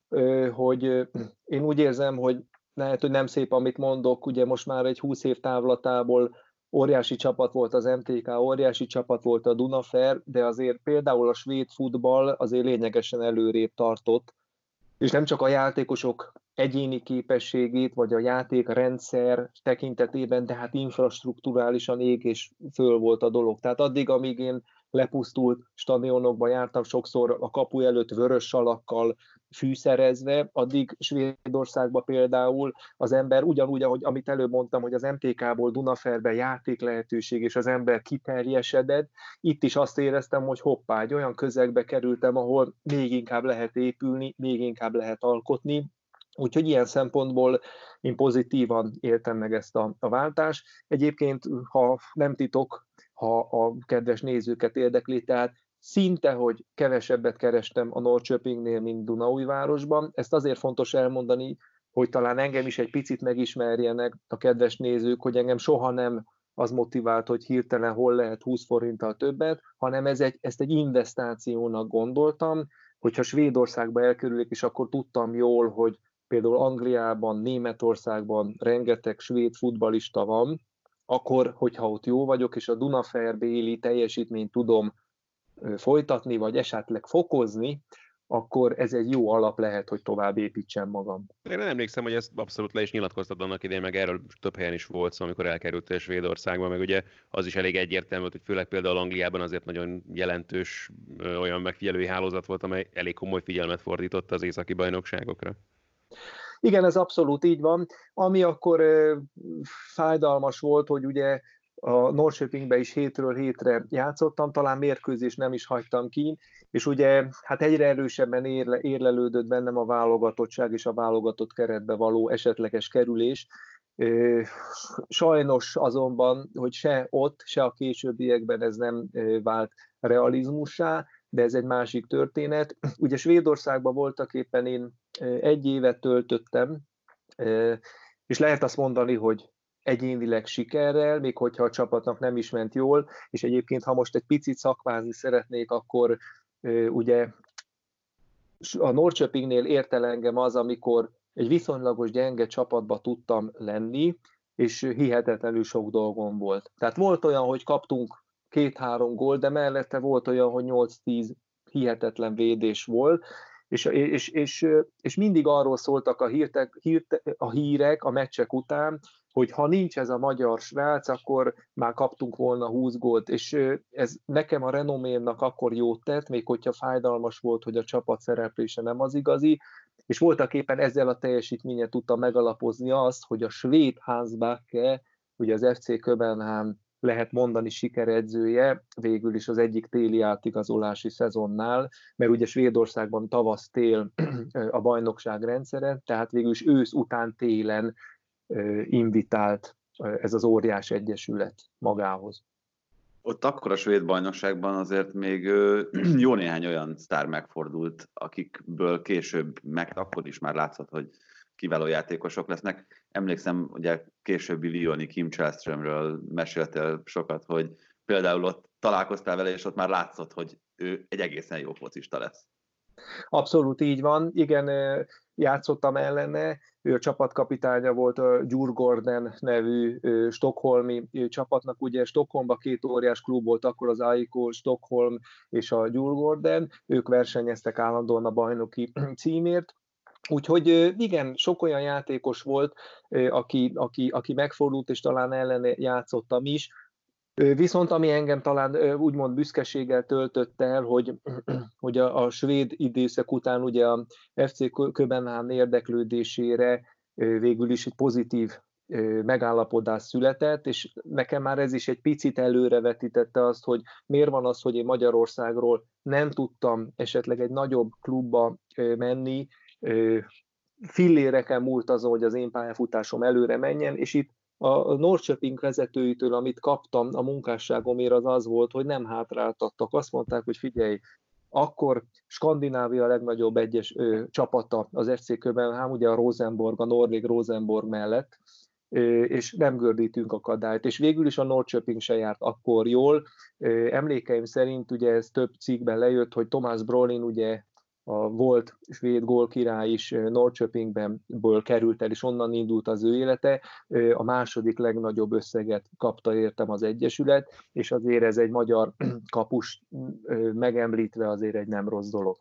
C: hogy én úgy érzem, hogy lehet, hogy nem szép, amit mondok, ugye most már egy húsz év távlatából óriási csapat volt az em té ká, óriási csapat volt a Dunafer, de azért például a svéd futball azért lényegesen előrébb tartott, és nem csak a játékosok egyéni képességét, vagy a játékrendszer tekintetében, de hát infrastrukturálisan ég és föl volt a dolog. Tehát addig, amíg én lepusztult stadionokba jártam, sokszor a kapu előtt vörös salakkal fűszerezve, addig Svédországban például az ember ugyanúgy, ahogy amit előbb mondtam, hogy az em té ká-ból Dunaferbe játék lehetőség, és az ember kiterjesedett, itt is azt éreztem, hogy hoppá, egy olyan közegbe kerültem, ahol még inkább lehet épülni, még inkább lehet alkotni, úgyhogy ilyen szempontból én pozitívan éltem meg ezt a, a váltást. Egyébként, ha nem titok, ha a kedves nézőket érdekli, tehát szinte, hogy kevesebbet kerestem a Norrköpingnél, mint Dunaújvárosban. Ezt azért fontos elmondani, hogy talán engem is egy picit megismerjenek a kedves nézők, hogy engem soha nem az motivált, hogy hirtelen hol lehet húsz forinttal többet, hanem ez egy, ezt egy investációnak gondoltam, hogyha Svédországba elkerülik, és akkor tudtam jól, hogy például Angliában, Németországban rengeteg svéd futballista van, akkor, hogyha ott jó vagyok, és a Dunaferbéli teljesítményt tudom folytatni, vagy esetleg fokozni, akkor ez egy jó alap lehet, hogy tovább építsem magam.
D: Én nem emlékszem, hogy ezt abszolút le is nyilatkoztat annak idején, meg erről több helyen is volt szó, amikor elkerültél Svédországba, meg ugye az is elég egyértelmű, hogy főleg például Angliában azért nagyon jelentős ö, olyan megfigyelői hálózat volt, amely elég komoly figyelmet fordított az északi bajnokságokra.
C: Igen, ez abszolút így van. Ami akkor ö, fájdalmas volt, hogy ugye a Norrköpingbe is hétről hétre játszottam, talán mérkőzést nem is hagytam ki, és ugye hát egyre erősebben érle, érlelődött bennem a válogatottság és a válogatott keretbe való esetleges kerülés. Sajnos azonban, hogy se ott, se a későbbiekben ez nem vált realizmussá, de ez egy másik történet. Ugye Svédországban voltak éppen én egy évet töltöttem, és lehet azt mondani, hogy egyénileg sikerrel, még hogyha a csapatnak nem is ment jól, és egyébként, ha most egy picit szakmázni szeretnék, akkor ugye a Norrköpingnél ért el engem az, amikor egy viszonylagos gyenge csapatba tudtam lenni, és hihetetlenül sok dolgom volt. Tehát volt olyan, hogy kaptunk két-három gól, de mellette volt olyan, hogy nyolc-tíz hihetetlen védés volt, és, és, és, és mindig arról szóltak a, hírtek, hírte, a hírek a meccsek után, hogy ha nincs ez a magyar srác, akkor már kaptunk volna húsz gólt, és ez nekem a renomémnak akkor jót tett, még hogyha fájdalmas volt, hogy a csapat szereplése nem az igazi, és voltak éppen ezzel a teljesítménye tudtam megalapozni azt, hogy a svéd Hans Backe, ugye az ef cé Köbenhám lehet mondani sikeredzője, végül is az egyik téli átigazolási szezonnál, mert ugye Svédországban tavasz-tél a bajnokság rendszere, tehát végül is ősz után télen invitált ez az óriás egyesület magához.
B: ott akkor a svéd bajnokságban azért még jó néhány olyan sztár megfordult, akikből később, meg akkor is már látszott, hogy kiváló játékosok lesznek. Emlékszem, ugye későbbi Lioni Kim Källströmről meséltél sokat, hogy például ott találkoztál vele, és ott már látszott, hogy ő egy egészen jó focista lesz.
C: Abszolút így van. Igen, játszottam ellene. Ő a csapatkapitánya volt a Djurgården nevű stockholmi csapatnak. Ugye Stockholmban két óriás klub volt, akkor az á i ká Stockholm és a Djurgården. Ők versenyeztek állandóan a bajnoki címért. Úgyhogy igen, sok olyan játékos volt, aki, aki, aki megfordult, és talán ellene játszottam is. Viszont ami engem talán úgymond büszkeséggel töltött el, hogy, hogy a, a svéd időszak után ugye a ef cé Köbenhavn érdeklődésére végül is egy pozitív megállapodás született, és nekem már ez is egy picit előrevetítette azt, hogy miért van az, hogy én Magyarországról nem tudtam esetleg egy nagyobb klubba menni, filléreken múlt azon, hogy az én pályafutásom előre menjen, és itt a Norrköping vezetőitől, amit kaptam a munkásságomért, az az volt, hogy nem hátráltattak. Azt mondták, hogy figyelj, akkor Skandinávia legnagyobb egyes ö, csapata az ef cé Köbenhavn, ugye a Rosenborg, a norvég Rosenborg mellett, ö, és nem gördítünk akadályt. És végül is a Norrköping se járt akkor jól. Ö, emlékeim szerint ugye ez több cikkben lejött, hogy Thomas Brolin ugye a volt svéd gólkirály is Norrköpingbenből került el, és onnan indult az ő élete. A második legnagyobb összeget kapta értem az Egyesület, és azért ez egy magyar kapust megemlítve azért egy nem rossz dolog.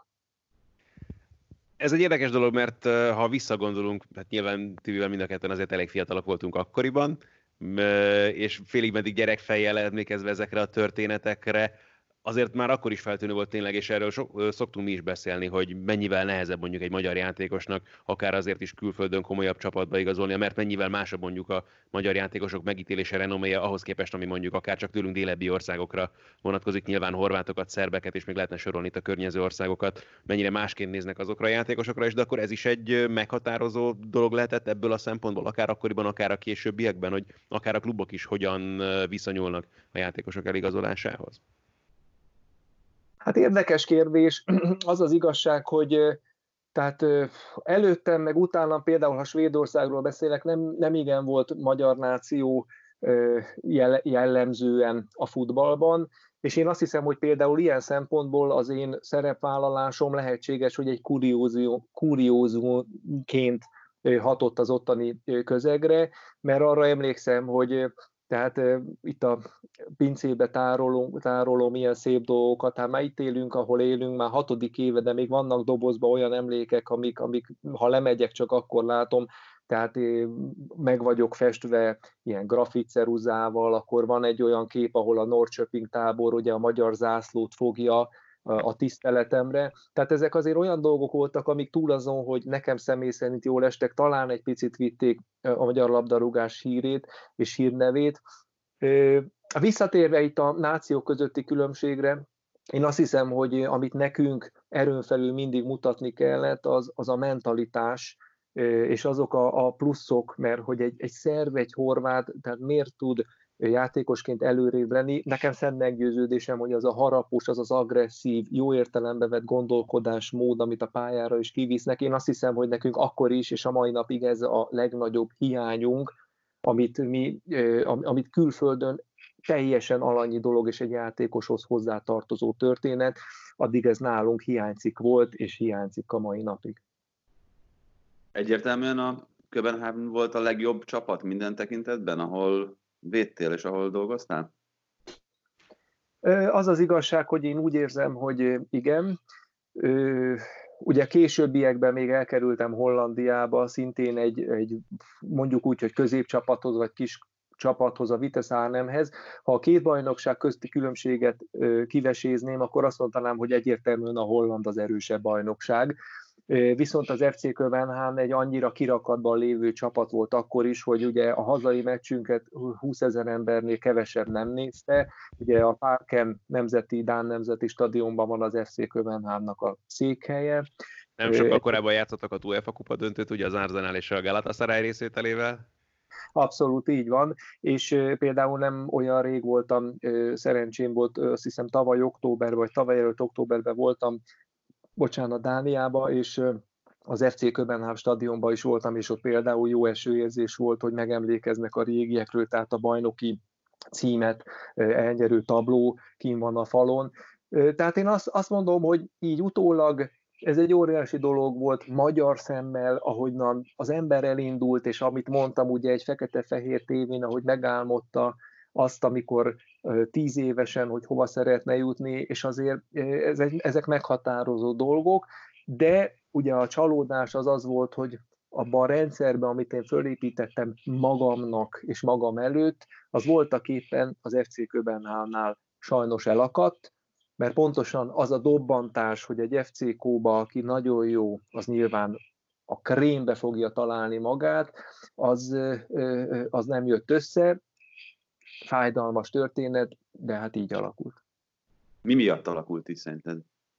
D: Ez egy érdekes dolog, mert ha visszagondolunk, hát nyilván Tibivel mind a ketten azért elég fiatalok voltunk akkoriban, és félig meddig gyerekfejjel emlékezve ezekre a történetekre, azért már akkor is feltűnő volt tényleg, és erről so, szoktunk mi is beszélni, hogy mennyivel nehezebb mondjuk egy magyar játékosnak, akár azért is külföldön komolyabb csapatba igazolnia, mert mennyivel másabb mondjuk a magyar játékosok megítélése, renoméja ahhoz képest, ami mondjuk akár csak tőlünk délebbi országokra vonatkozik, nyilván horvátokat, szerbeket, és még lehetne sorolni itt a környező országokat, mennyire másként néznek azokra a játékosokra is, de akkor ez is egy meghatározó dolog lehetett ebből a szempontból, akár akkoriban, akár a későbbiekben, hogy akár a klubok is hogyan viszonyulnak a játékosok eligazolásához.
C: Hát érdekes kérdés. Az az igazság, hogy tehát előttem, meg utána például, ha Svédországról beszélek, nem, nem igen volt magyar náció jellemzően a futballban, és én azt hiszem, hogy például ilyen szempontból az én szerepvállalásom lehetséges, hogy egy kuriózumként hatott az ottani közegre, mert arra emlékszem, hogy tehát uh, itt a pincébe tárolunk, tárolom ilyen szép dolgokat, hát már itt élünk, ahol élünk, már hatodik éve, de még vannak dobozban olyan emlékek, amik, amik ha lemegyek, csak akkor látom, tehát meg vagyok festve ilyen grafitceruzával, akkor van egy olyan kép, ahol a Norrköping tábor ugye a magyar zászlót fogja a tiszteletemre. Tehát ezek azért olyan dolgok voltak, amik túl azon, hogy nekem személy szerint jól estek, talán egy picit vitték a magyar labdarúgás hírét és hírnevét. Visszatérve itt a nációk közötti különbségre, én azt hiszem, hogy amit nekünk erőn felül mindig mutatni kellett, az, az a mentalitás, és azok a, a pluszok, mert hogy egy, egy szerb, egy horvát, tehát miért tud játékosként előrébb lenni. Nekem szent meggyőződésem, hogy az a harapós, az az agresszív, jó értelembe vett gondolkodásmód, amit a pályára is kivisznek. Én azt hiszem, hogy nekünk akkor is, és a mai napig ez a legnagyobb hiányunk, amit, mi, amit külföldön teljesen alanyi dolog, és egy játékoshoz hozzátartozó történet, addig ez nálunk hiányzik volt, és hiányzik a mai napig.
B: Egyértelműen a Köbenhavn volt a legjobb csapat minden tekintetben, ahol védtél és ahol dolgoztál?
C: Az az igazság, hogy én úgy érzem, hogy igen. Ugye későbbiekben még elkerültem Hollandiába, szintén egy, egy mondjuk úgy, hogy középcsapathoz vagy kis csapathoz, a Vitesse Arnhemhez. Ha a két bajnokság közti különbséget kivesézném, akkor azt mondanám, hogy egyértelműen a holland az erősebb bajnokság. Viszont az ef cé Köbenhavn egy annyira kirakatban lévő csapat volt akkor is, hogy ugye a hazai meccsünket húszezer embernél kevesebb nem nézte. Ugye a Parken nemzeti, Dán nemzeti stadionban van az ef cé Köbenhavnnak a székhelye.
D: Nem sokkal korábban játszottak a UEFA kupa döntőt, ugye az Arsenal és a Galatasaray részvételével.
C: Abszolút így van, és például nem olyan rég voltam, szerencsém volt, azt hiszem tavaly októberben, vagy tavaly előtt októberben voltam, bocsánat, Dániába, és az ef cé Köbenhavn stadionban is voltam, és ott például jó esőérzés volt, hogy megemlékeznek a régiekről, tehát a bajnoki címet elnyerő tabló kín van a falon. Tehát én azt, azt mondom, hogy így utólag ez egy óriási dolog volt magyar szemmel, ahogyan az ember elindult, és amit mondtam, ugye egy fekete-fehér tévén, ahogy megálmodta azt, amikor tíz évesen, hogy hova szeretne jutni, és azért ezek meghatározó dolgok, de ugye a csalódás az az volt, hogy abban a rendszerben, amit én fölépítettem magamnak és magam előtt, az voltak éppen az ef cé Köbenhavnnál sajnos elakadt, mert pontosan az a dobbantás, hogy egy ef cé Kóba, aki nagyon jó, az nyilván a krémbe fogja találni magát, az, az nem jött össze. Fájdalmas történet, de hát így alakult.
B: Mi miatt alakult így szerinted?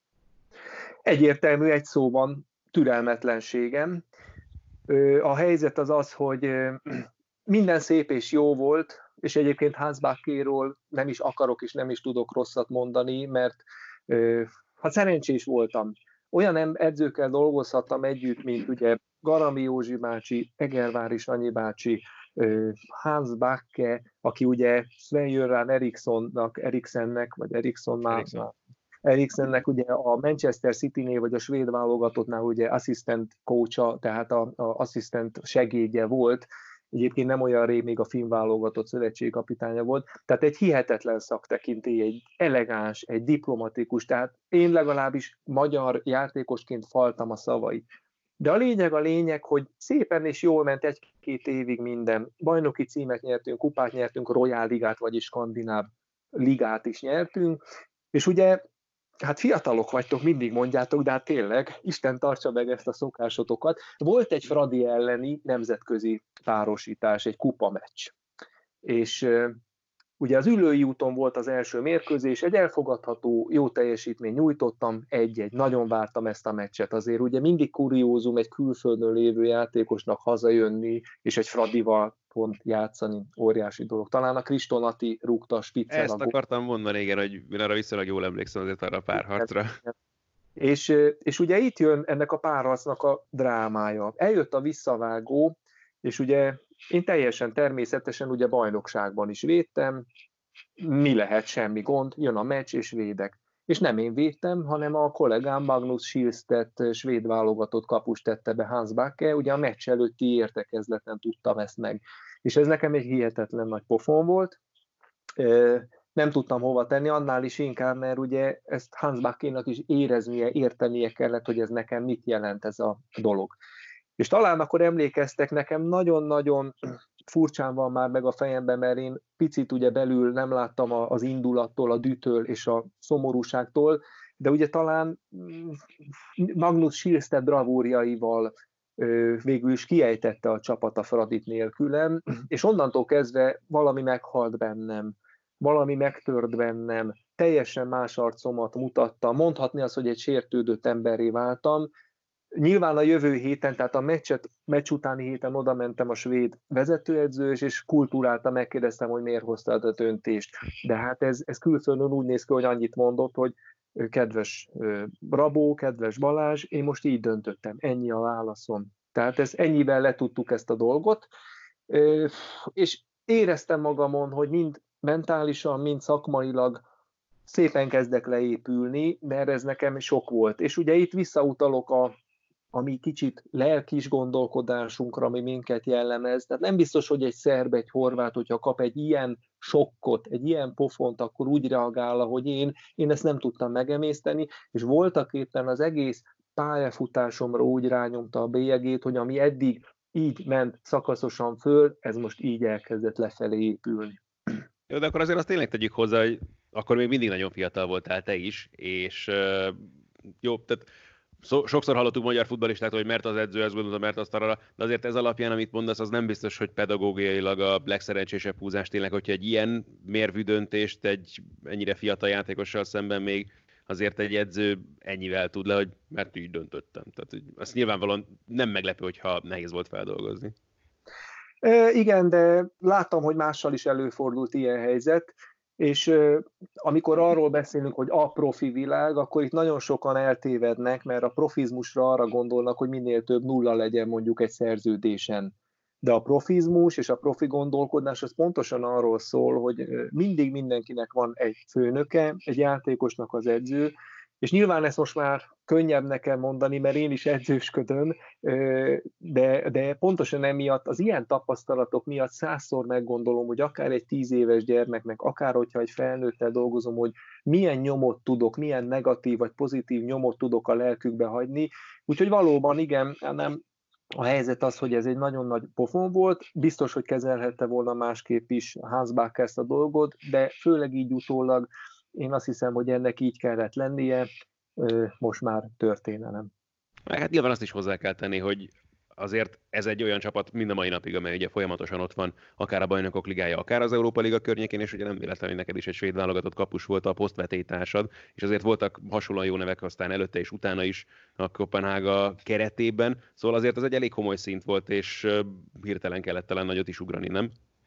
C: Egyértelmű, egy szóban, türelmetlenségem. A helyzet az az, hogy minden szép és jó volt, és egyébként Hans Backéról nem is akarok és nem is tudok rosszat mondani, mert hát szerencsés voltam. Olyan edzőkkel dolgozhattam együtt, mint ugye Garami Józsi bácsi, Egervári Sanyi bácsi, Hans Backe, aki ugye Sven-Göran Erikssonnak, Eriksennek, vagy Erikssonnál, Eriksennek ugye a Manchester City-nél, vagy a svéd válogatottnál ugye assistant coacha, tehát a, a assistant segédje volt, egyébként nem olyan rég még a filmválogatott szövetségkapitánya volt, tehát egy hihetetlen szaktekintély, egy elegáns, egy diplomatikus, tehát én legalábbis magyar játékosként faltam a szavait. De a lényeg a lényeg, hogy szépen és jól ment egy-két évig minden. Bajnoki címet nyertünk, kupát nyertünk, Royal Ligát, vagyis skandináv ligát is nyertünk, és ugye, hát fiatalok vagytok, mindig mondjátok, de hát tényleg, Isten tartsa meg ezt a szokásotokat. Volt egy Fradi elleni nemzetközi párosítás, egy kupameccs. És ugye az Üllői úton volt az első mérkőzés, egy elfogadható, jó teljesítmény nyújtottam, egy-egy, nagyon vártam ezt a meccset. Azért ugye mindig kuriózum egy külföldön lévő játékosnak hazajönni, és egy Fradival pont játszani, óriási dolog. Talán a Kristonati rúgta a spiccel.
D: Ezt akartam mondani, igen, hogy én arra viszonylag jól emlékszem azért arra a párharcra.
C: És, és ugye itt jön ennek a párharcnak a drámája. Eljött a visszavágó, és ugye én teljesen természetesen ugye bajnokságban is védtem, mi lehet, semmi gond, jön a meccs, és védek. És nem én védtem, hanem a kollégám Magnus Schilstedt svéd válogatott kapust tette be Hans Backe, ugye a meccs előtti értekezleten tudtam ezt meg. És ez nekem egy hihetetlen nagy pofon volt. Nem tudtam hova tenni, annál is inkább, mert ugye ezt Hans Backénak is éreznie, értenie kellett, hogy ez nekem mit jelent ez a dolog. És talán akkor emlékeztek, nekem nagyon-nagyon furcsán van már meg a fejemben, mert én picit ugye belül nem láttam az indulattól, a dühtől és a szomorúságtól, de ugye talán Magnus Schilstedt bravúrjaival végül is kiejtette a csapat a Fradit nélkülem, és onnantól kezdve valami meghalt bennem, valami megtört bennem, teljesen más arcomat mutatta, mondhatni azt, hogy egy sértődött emberré váltam. Nyilván a jövő héten, tehát a meccset, meccs utáni héten oda mentem a svéd vezetőedzőhöz, és kultúráltan megkérdeztem, hogy miért hoztad a döntést. De hát ez, ez külföldön úgy néz ki, hogy annyit mondott, hogy kedves Brabó, kedves Balázs, én most így döntöttem, ennyi a válaszom. Tehát ez, ennyivel letudtuk ezt a dolgot, és éreztem magamon, hogy mind mentálisan, mind szakmailag szépen kezdek leépülni, mert ez nekem sok volt. És ugye itt visszautalok a ami kicsit lelkis gondolkodásunkra, ami minket jellemez. Tehát nem biztos, hogy egy szerb, egy horvát, hogyha kap egy ilyen sokkot, egy ilyen pofont, akkor úgy reagál, ahogy én. Én ezt nem tudtam megemészteni, és voltak éppen az egész pályafutásomra úgy rányomta a bélyegét, hogy ami eddig így ment szakaszosan föl, ez most így elkezdett lefelé épülni.
D: Jó, de akkor azért azt tényleg tegyük hozzá, hogy akkor még mindig nagyon fiatal voltál te is, és uh, jó, tehát Szó, sokszor hallottuk magyar futballistáktól, hogy mert az edző ezt gondolta, mert azt arra, de azért ez alapján, amit mondasz, az nem biztos, hogy pedagógiailag a legszerencsésebb húzás tényleg, hogyha egy ilyen mérvű döntést egy ennyire fiatal játékossal szemben még azért egy edző ennyivel tud le, hogy mert így döntöttem. Tehát azt nyilvánvalóan nem meglepő, hogyha nehéz volt feldolgozni.
C: E, igen, de láttam, hogy mással is előfordult ilyen helyzet, és e, amikor arról beszélünk, hogy a profi világ, akkor itt nagyon sokan eltévednek, mert a profizmusra arra gondolnak, hogy minél több nulla legyen mondjuk egy szerződésen. De a profizmus és a profi gondolkodás az pontosan arról szól, hogy mindig mindenkinek van egy főnöke, egy játékosnak az edző, és nyilván ezt most már könnyebb nekem mondani, mert én is edzősködöm, de, de pontosan emiatt, az ilyen tapasztalatok miatt százszor meggondolom, hogy akár egy tíz éves gyermeknek, akár hogyha egy felnőttel dolgozom, hogy milyen nyomot tudok, milyen negatív vagy pozitív nyomot tudok a lelkükbe hagyni. Úgyhogy valóban igen, nem, a helyzet az, hogy ez egy nagyon nagy pofon volt, biztos, hogy kezelhette volna másképp is Hans Bach ezt a dolgot, de főleg így utólag én azt hiszem, hogy ennek így kellett lennie, most már történelem.
D: Hát nyilván azt is hozzá kell tenni, hogy azért ez egy olyan csapat mind a mai napig, amely ugye folyamatosan ott van, akár a Bajnokok Ligája, akár az Európa Liga környékén, és ugye nem véletlenül neked is egy svéd válogatott kapus volt a posztvetélytársad, és azért voltak hasonlóan jó nevek aztán előtte és utána is a Koppenhága keretében, szóval azért ez egy elég komoly szint volt, és hirtelen kellett talán nagyot is ugrani, nem?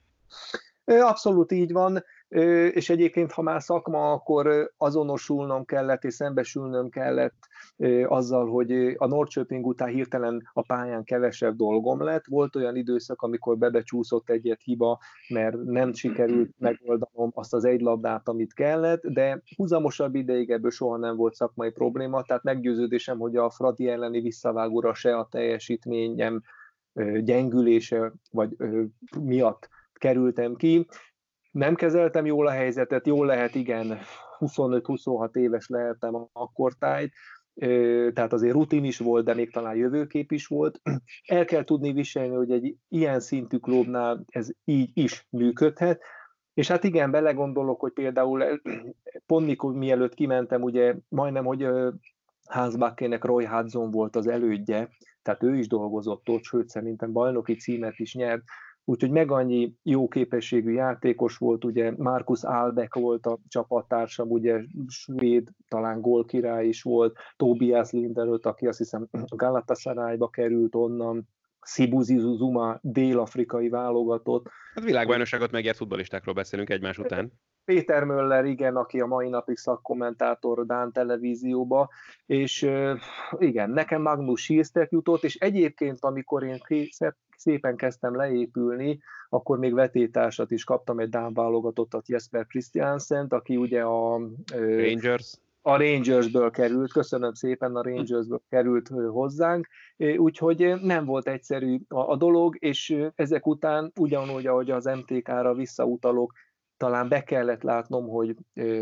C: Abszolút így van, és egyébként, ha már szakma, akkor azonosulnom kellett és szembesülnöm kellett azzal, hogy a Norrköping után hirtelen a pályán kevesebb dolgom lett. Volt olyan időszak, amikor bebecsúszott egy-egy hiba, mert nem sikerült megoldanom azt az egy labdát, amit kellett, de húzamosabb ideig ebből soha nem volt szakmai probléma, tehát meggyőződésem, hogy a Fradi elleni visszavágóra se a teljesítményem gyengülése vagy miatt kerültem ki. Nem kezeltem jól a helyzetet, jól lehet, igen, huszonöt-huszonhat éves lehettem akkortájt, tehát azért rutin is volt, de még talán jövőkép is volt. El kell tudni viselni, hogy egy ilyen szintű klubnál ez így is működhet, és hát igen, belegondolok, hogy például pont mikor mielőtt kimentem, ugye majdnem, hogy Hans Backének Roy Hudson volt az elődje, tehát ő is dolgozott ott, sőt szerintem bajnoki címet is nyert, úgyhogy meg annyi jó képességű játékos volt, ugye Markus Albeck volt a csapattársam, ugye svéd, talán gólkirály is volt, Tobias Lindelöf, aki azt hiszem Galatasarayba került onnan, Sibuzi Zuma, dél-afrikai válogatott.
D: Hát világbajnokságot megért futballistákról beszélünk egymás után.
C: Péter Möller, igen, aki a mai napig szakkommentátor Dán televízióba, és igen, nekem Magnus Schilstek jutott, és egyébként, amikor én szépen kezdtem leépülni, akkor még vetétársat is kaptam, egy dán válogatottat, Jesper Christiansent, aki ugye a
D: Rangers.
C: A Rangersből került, köszönöm szépen, a Rangersből került hozzánk, úgyhogy nem volt egyszerű a dolog, és ezek után ugyanúgy, ahogy az em té ká-ra visszautalok, talán be kellett látnom, hogy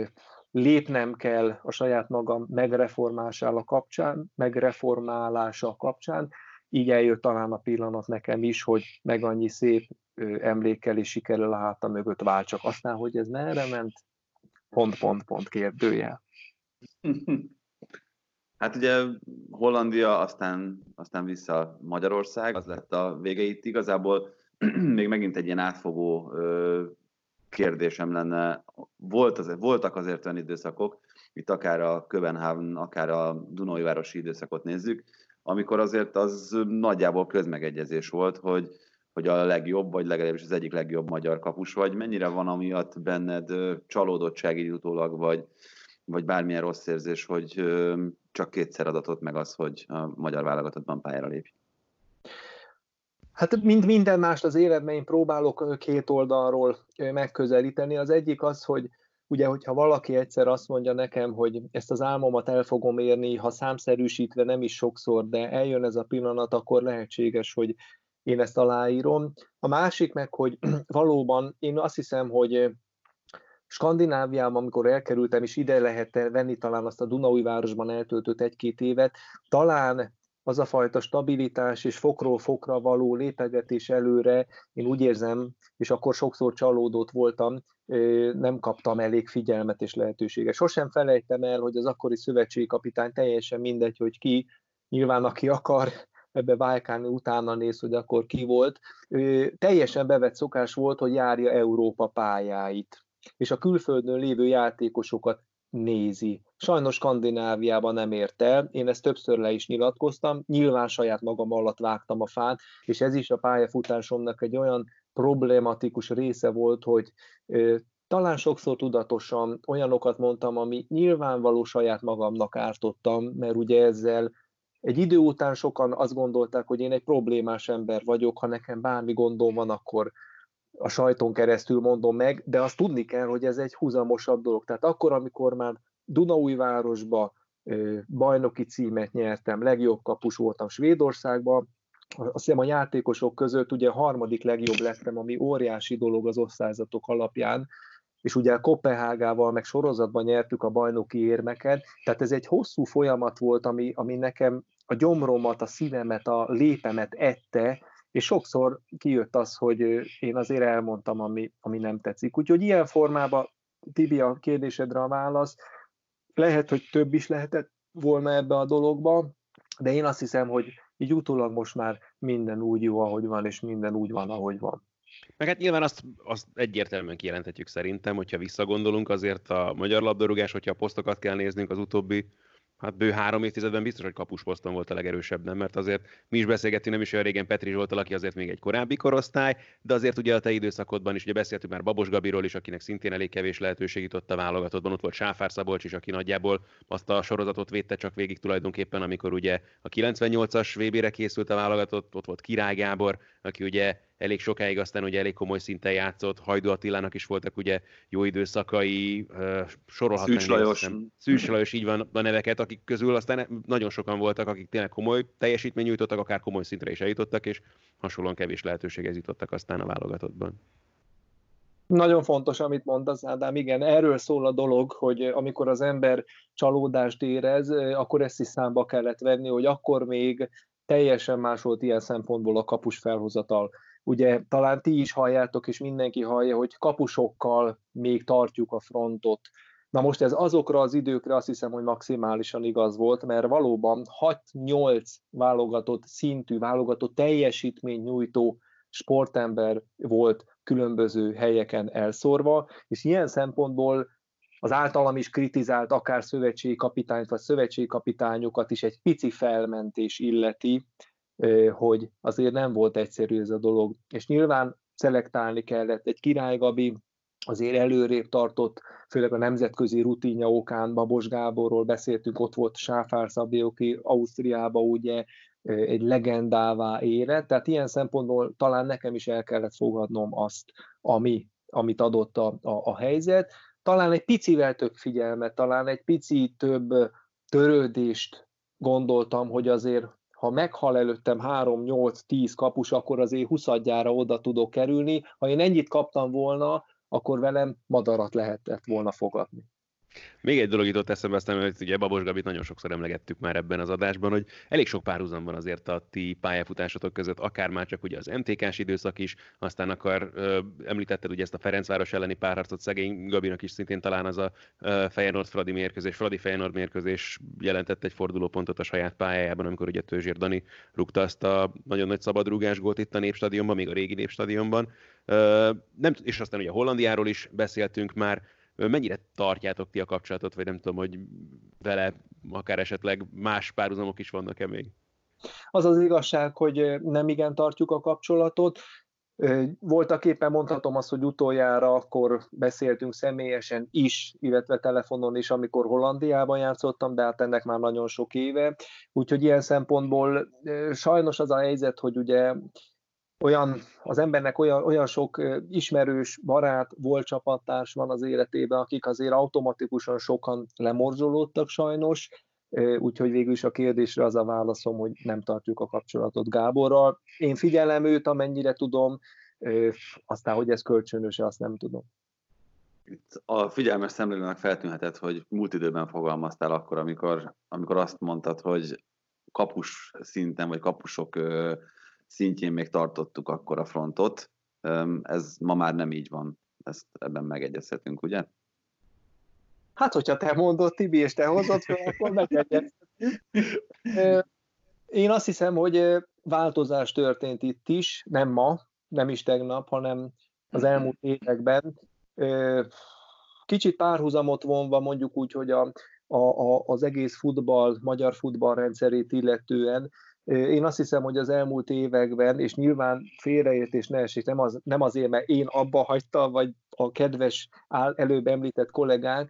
C: lépnem kell a saját magam megreformálása kapcsán, megreformálása kapcsán, így eljött talán a pillanat nekem is, hogy meg annyi szép emlékkel és sikerrel a hátam mögött váltsak. Aztán, hogy ez merre ment, pont, pont, pont kérdőjel.
B: Hát ugye Hollandia, aztán, aztán vissza Magyarország, az lett a vége itt. Igazából még megint egy ilyen átfogó kérdésem lenne. Volt azért, voltak azért olyan időszakok, itt akár a Köbenhavn, akár a Dunaújvárosi időszakot nézzük, amikor azért az nagyjából közmegegyezés volt, hogy, hogy a legjobb, vagy legalábbis az egyik legjobb magyar kapus vagy. Mennyire van amiatt benned csalódottság így utólag, vagy, vagy bármilyen rossz érzés, hogy csak kétszer adatott meg az, hogy a magyar válogatottban pályára lépj?
C: Hát mint minden mást az életben én próbálok két oldalról megközelíteni. Az egyik az, hogy ugye, hogyha valaki egyszer azt mondja nekem, hogy ezt az álmomat el fogom érni, ha számszerűsítve nem is sokszor, de eljön ez a pillanat, akkor lehetséges, hogy én ezt aláírom. A másik meg, hogy valóban én azt hiszem, hogy Skandináviában, amikor elkerültem, és ide lehet venni talán azt a Dunaújvárosban eltöltött egy-két évet, talán az a fajta stabilitás és fokról fokra való lépegetés előre, én úgy érzem, és akkor sokszor csalódott voltam, nem kaptam elég figyelmet és lehetőséget. Sosem felejtem el, hogy az akkori szövetségkapitány, teljesen mindegy, hogy ki, nyilván aki akar ebbe vájkálni, utána néz, hogy akkor ki volt, teljesen bevett szokás volt, hogy járja Európa pályáit, és a külföldön lévő játékosokat nézi. sajnos Skandináviában nem ért el. Én ezt többször le is nyilatkoztam, nyilván saját magam alatt vágtam a fát, és ez is a pályafutásomnak egy olyan problematikus része volt, hogy ö, talán sokszor tudatosan olyanokat mondtam, ami nyilvánvaló saját magamnak ártottam, mert ugye ezzel egy idő után sokan azt gondolták, hogy én egy problémás ember vagyok, ha nekem bármi gondom van, akkor a sajton keresztül mondom meg, de azt tudni kell, hogy ez egy húzamosabb dolog. Tehát akkor, amikor már Dunaújvárosba bajnoki címet nyertem, legjobb kapus voltam Svédországban, azt hiszem a játékosok között ugye a harmadik legjobb lettem, ami óriási dolog az osztályzatok alapján, és ugye Koppenhágával meg sorozatban nyertük a bajnoki érmeket, tehát ez egy hosszú folyamat volt, ami, ami nekem a gyomromat, a szívemet, a lépemet ette, és sokszor kijött az, hogy én azért elmondtam, ami, ami nem tetszik. Úgyhogy ilyen formában, Tibi, a kérdésedre a válasz, lehet, hogy több is lehetett volna ebbe a dologba, de én azt hiszem, hogy így utólag most már minden úgy jó, ahogy van, és minden úgy van, ahogy van.
D: Meg hát nyilván azt, azt egyértelműen kijelenthetjük szerintem, hogyha visszagondolunk, azért a magyar labdarúgás, hogyha a posztokat kell néznünk, az utóbbi hát bő három évtizedben biztos, hogy kapusposzton volt a legerősebb, nem? Mert azért mi is beszélgettünk, nem is olyan régen Petri Zsoltal, aki azért még egy korábbi korosztály, de azért ugye a te időszakodban is, ugye beszéltünk már Babos Gabiról is, akinek szintén elég kevés lehetőség jutott a válogatottban, ott volt Sáfár Szabolcs is, aki nagyjából azt a sorozatot védte csak végig tulajdonképpen, amikor ugye a kilencvennyolcas vé bére készült a válogatott, ott volt Király Gábor, aki ugye elég sokáig aztán ugye elég komoly szinten játszott, Hajdú Attilának is voltak ugye jó időszakai, sorolhatnánk.
B: Szűcs Lajos.
D: Szűcs Lajos, így van a neveket, akik közül aztán nagyon sokan voltak, akik tényleg komoly teljesítmény nyújtottak, akár komoly szintre is eljutottak, és hasonlóan kevés lehetőséghez jutottak aztán a válogatottban.
C: Nagyon fontos, amit mondasz, Ádám, igen, erről szól a dolog, hogy amikor az ember csalódást érez, akkor ezt is számba kellett venni, hogy akkor még teljesen más volt ilyen szempontból a kapus felhozatal. Ugye talán ti is halljátok, és mindenki hallja, hogy kapusokkal még tartjuk a frontot. Na most ez azokra az időkre azt hiszem, hogy maximálisan igaz volt, mert valóban hat-nyolc válogatott szintű, válogatott teljesítmény nyújtó sportember volt különböző helyeken elszórva, és ilyen szempontból az általam is kritizált akár szövetségi kapitányt, vagy szövetségi kapitányokat is egy pici felmentés illeti, hogy azért nem volt egyszerű ez a dolog. És nyilván szelektálni kellett. Egy Király Gabi azért előrébb tartott, főleg a nemzetközi rutinja okán, Babos Gáborról beszéltünk, ott volt Sáfár Szabi, aki Ausztriába ugye egy legendává érett, tehát ilyen szempontból talán nekem is el kellett fogadnom azt, ami, amit adott a, a, a helyzet. Talán egy picivel több figyelmet, talán egy pici több törődést gondoltam, hogy azért ha meghal előttem három, nyolc, tíz kapus, akkor azért huszadjára oda tudok kerülni. Ha én ennyit kaptam volna, akkor velem madarat lehetett volna fogadni.
D: Még egy dolog jutott eszembe, aztán, hogy ugye Babos Gabit nagyon sokszor emlegettük már ebben az adásban, hogy elég sok párhuzam van azért a ti pályafutásotok között, akár már csak ugye az em té ká-s időszak is, aztán akar ö, említetted ugye ezt a Ferencváros elleni párharcot, szegény Gabinak is szintén talán az a Feyenoord-Fradi mérkőzés, Fradi-Feyenoord mérkőzés jelentett egy fordulópontot a saját pályájában, amikor ugye Tőzsér Dani rúgta azt a nagyon nagy szabadrúgás gólt itt a Népstadionban, még a régi Népstadionban. Ö, nem, és aztán ugye Hollandiáról is beszéltünk már. Mennyire tartjátok ti a kapcsolatot, vagy nem tudom, hogy vele akár esetleg más párhuzamok is vannak-e még?
C: Az az igazság, hogy nem igen tartjuk a kapcsolatot. Voltak éppen mondhatom azt, hogy utoljára akkor beszéltünk személyesen is, illetve telefonon is, amikor Hollandiában játszottam, de hát ennek már nagyon sok éve. Úgyhogy ilyen szempontból sajnos az a helyzet, hogy ugye olyan, az embernek olyan, olyan sok ismerős, barát, volt csapattárs van az életében, akik azért automatikusan sokan lemorzsolódtak sajnos, úgyhogy végül is a kérdésre az a válaszom, hogy nem tartjuk a kapcsolatot Gáborral. Én figyelem őt, amennyire tudom, aztán, hogy ez kölcsönös, azt nem tudom.
B: Itt a figyelmes szemlélőnek feltűnhetett, hogy múlt időben fogalmaztál akkor, amikor, amikor azt mondtad, hogy kapus szinten, vagy kapusok szintjén még tartottuk akkor a frontot. Ez ma már nem így van. Ezt ebben megegyezhetünk, ugye?
C: Hát, hogyha te mondod, Tibi, és te hozod fel, akkor megegyezhetünk. Én azt hiszem, hogy változás történt itt is, nem ma, nem is tegnap, hanem az elmúlt években. Kicsit párhuzamot vonva mondjuk úgy, hogy a, a, a, az egész futball, magyar futball rendszerét illetően. Én azt hiszem, hogy az elmúlt években, és nyilván félreértés ne esik, nem, az, nem azért, mert én abba hagytam, vagy a kedves előbb említett kollégák,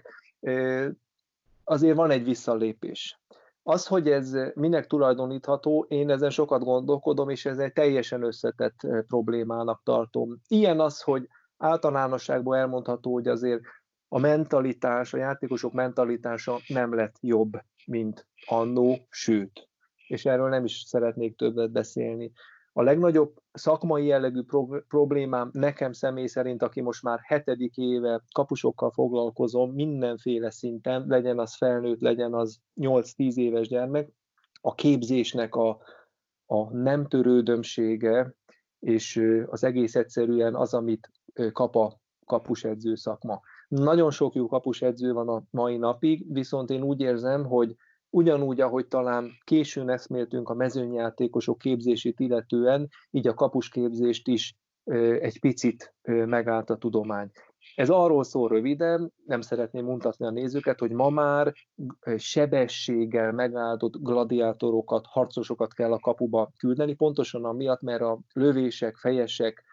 C: azért van egy visszalépés. Az, hogy ez minek tulajdonítható, én ezen sokat gondolkodom, és ez egy teljesen összetett problémának tartom. Ilyen az, hogy általánosságban elmondható, hogy azért a mentalitás, a játékosok mentalitása nem lett jobb, mint annó, sőt. És erről nem is szeretnék többet beszélni. A legnagyobb szakmai jellegű problémám nekem személy szerint, aki most már hetedik éve kapusokkal foglalkozom, mindenféle szinten, legyen az felnőtt, legyen az nyolc-tíz éves gyermek, a képzésnek a, a nem törődömsége, és az egész egyszerűen az, amit kap a kapusedző szakma. Nagyon sok jó kapusedző van a mai napig, viszont én úgy érzem, hogy ugyanúgy, ahogy talán későn eszméltünk a mezőnyjátékosok képzését illetően, így a kapusképzést is egy picit megállt a tudomány. Ez arról szól röviden, nem szeretném mutatni a nézőket, hogy ma már sebességgel megáldott gladiátorokat, harcosokat kell a kapuba küldeni, pontosan amiatt, mert a lövések, fejesek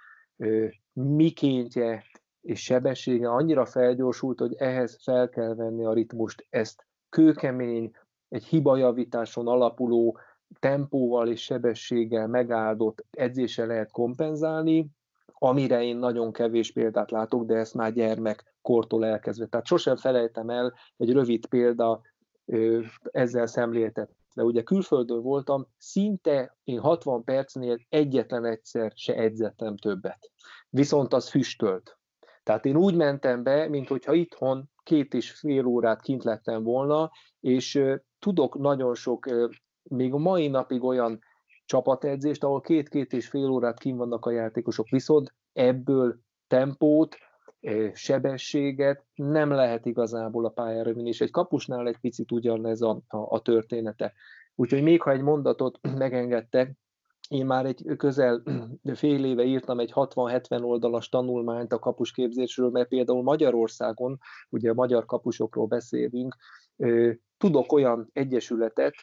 C: mikéntje és sebessége annyira felgyorsult, hogy ehhez fel kell venni a ritmust. Ezt kőkemény, egy hibajavításon alapuló tempóval és sebességgel megáldott edzéssel lehet kompenzálni, amire én nagyon kevés példát látok, de ezt már gyermekkortól elkezdve. Tehát sosem felejtem el, egy rövid példa ezzel szemléltetve. Ugye külföldön voltam, szinte én hatvan percnél egyetlen egyszer se edzettem többet. Viszont az füstölt. Tehát én úgy mentem be, minthogyha itthon két és fél órát kint lettem volna, és tudok nagyon sok, még a mai napig olyan csapatedzést, ahol két-két és fél órát kint vannak a játékosok, viszont ebből tempót, sebességet nem lehet igazából a pályára vinni, és egy kapusnál egy picit ugyanez a, a, a története. Úgyhogy még ha egy mondatot megengedtek, én már egy közel fél éve írtam egy hatvan-hetven oldalas tanulmányt a kapusképzésről, mert például Magyarországon, ugye a magyar kapusokról beszélünk, tudok olyan egyesületet,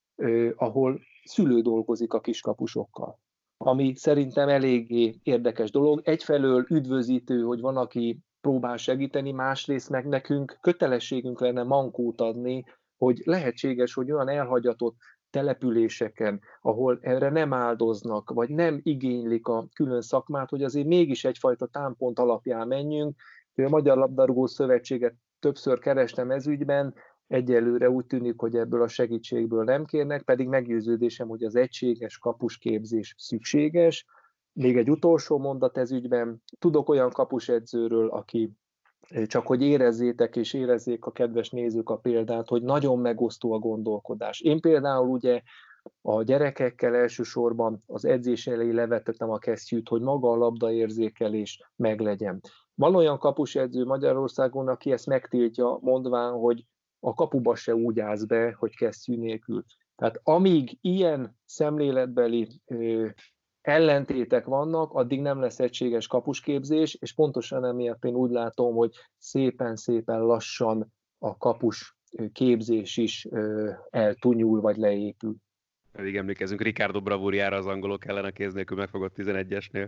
C: ahol szülő dolgozik a kiskapusokkal, ami szerintem eléggé érdekes dolog. Egyfelől üdvözítő, hogy van, aki próbál segíteni, másrészt meg nekünk kötelességünk lenne mankót adni, hogy lehetséges, hogy olyan elhagyatott településeken, ahol erre nem áldoznak, vagy nem igénylik a külön szakmát, hogy azért mégis egyfajta támpont alapján menjünk. A Magyar Labdarúgó Szövetséget többször kerestem ez ügyben, egyelőre úgy tűnik, hogy ebből a segítségből nem kérnek, pedig meggyőződésem, hogy az egységes kapusképzés szükséges. Még egy utolsó mondat ez ügyben. Tudok olyan kapusedzőről, aki csak hogy érezzétek és érezzék a kedves nézők a példát, hogy nagyon megosztó a gondolkodás. Én például ugye a gyerekekkel elsősorban az edzés elé levetettem a kesztyűt, hogy maga a labdaérzékelés meglegyen. Van olyan kapusedző Magyarországon, aki ezt megtiltja, mondván, hogy a kapuba se úgy állsz be, hogy kesztyű nélkül. Tehát amíg ilyen szemléletbeli ö, ellentétek vannak, addig nem lesz egységes kapusképzés, és pontosan emiatt én úgy látom, hogy szépen-szépen lassan a kapus képzés is eltunyul, vagy leépül.
D: Pedig emlékezünk Ricardo bravúrjára az angolok ellen a kéz nélkül megfogott tizenegyesnél.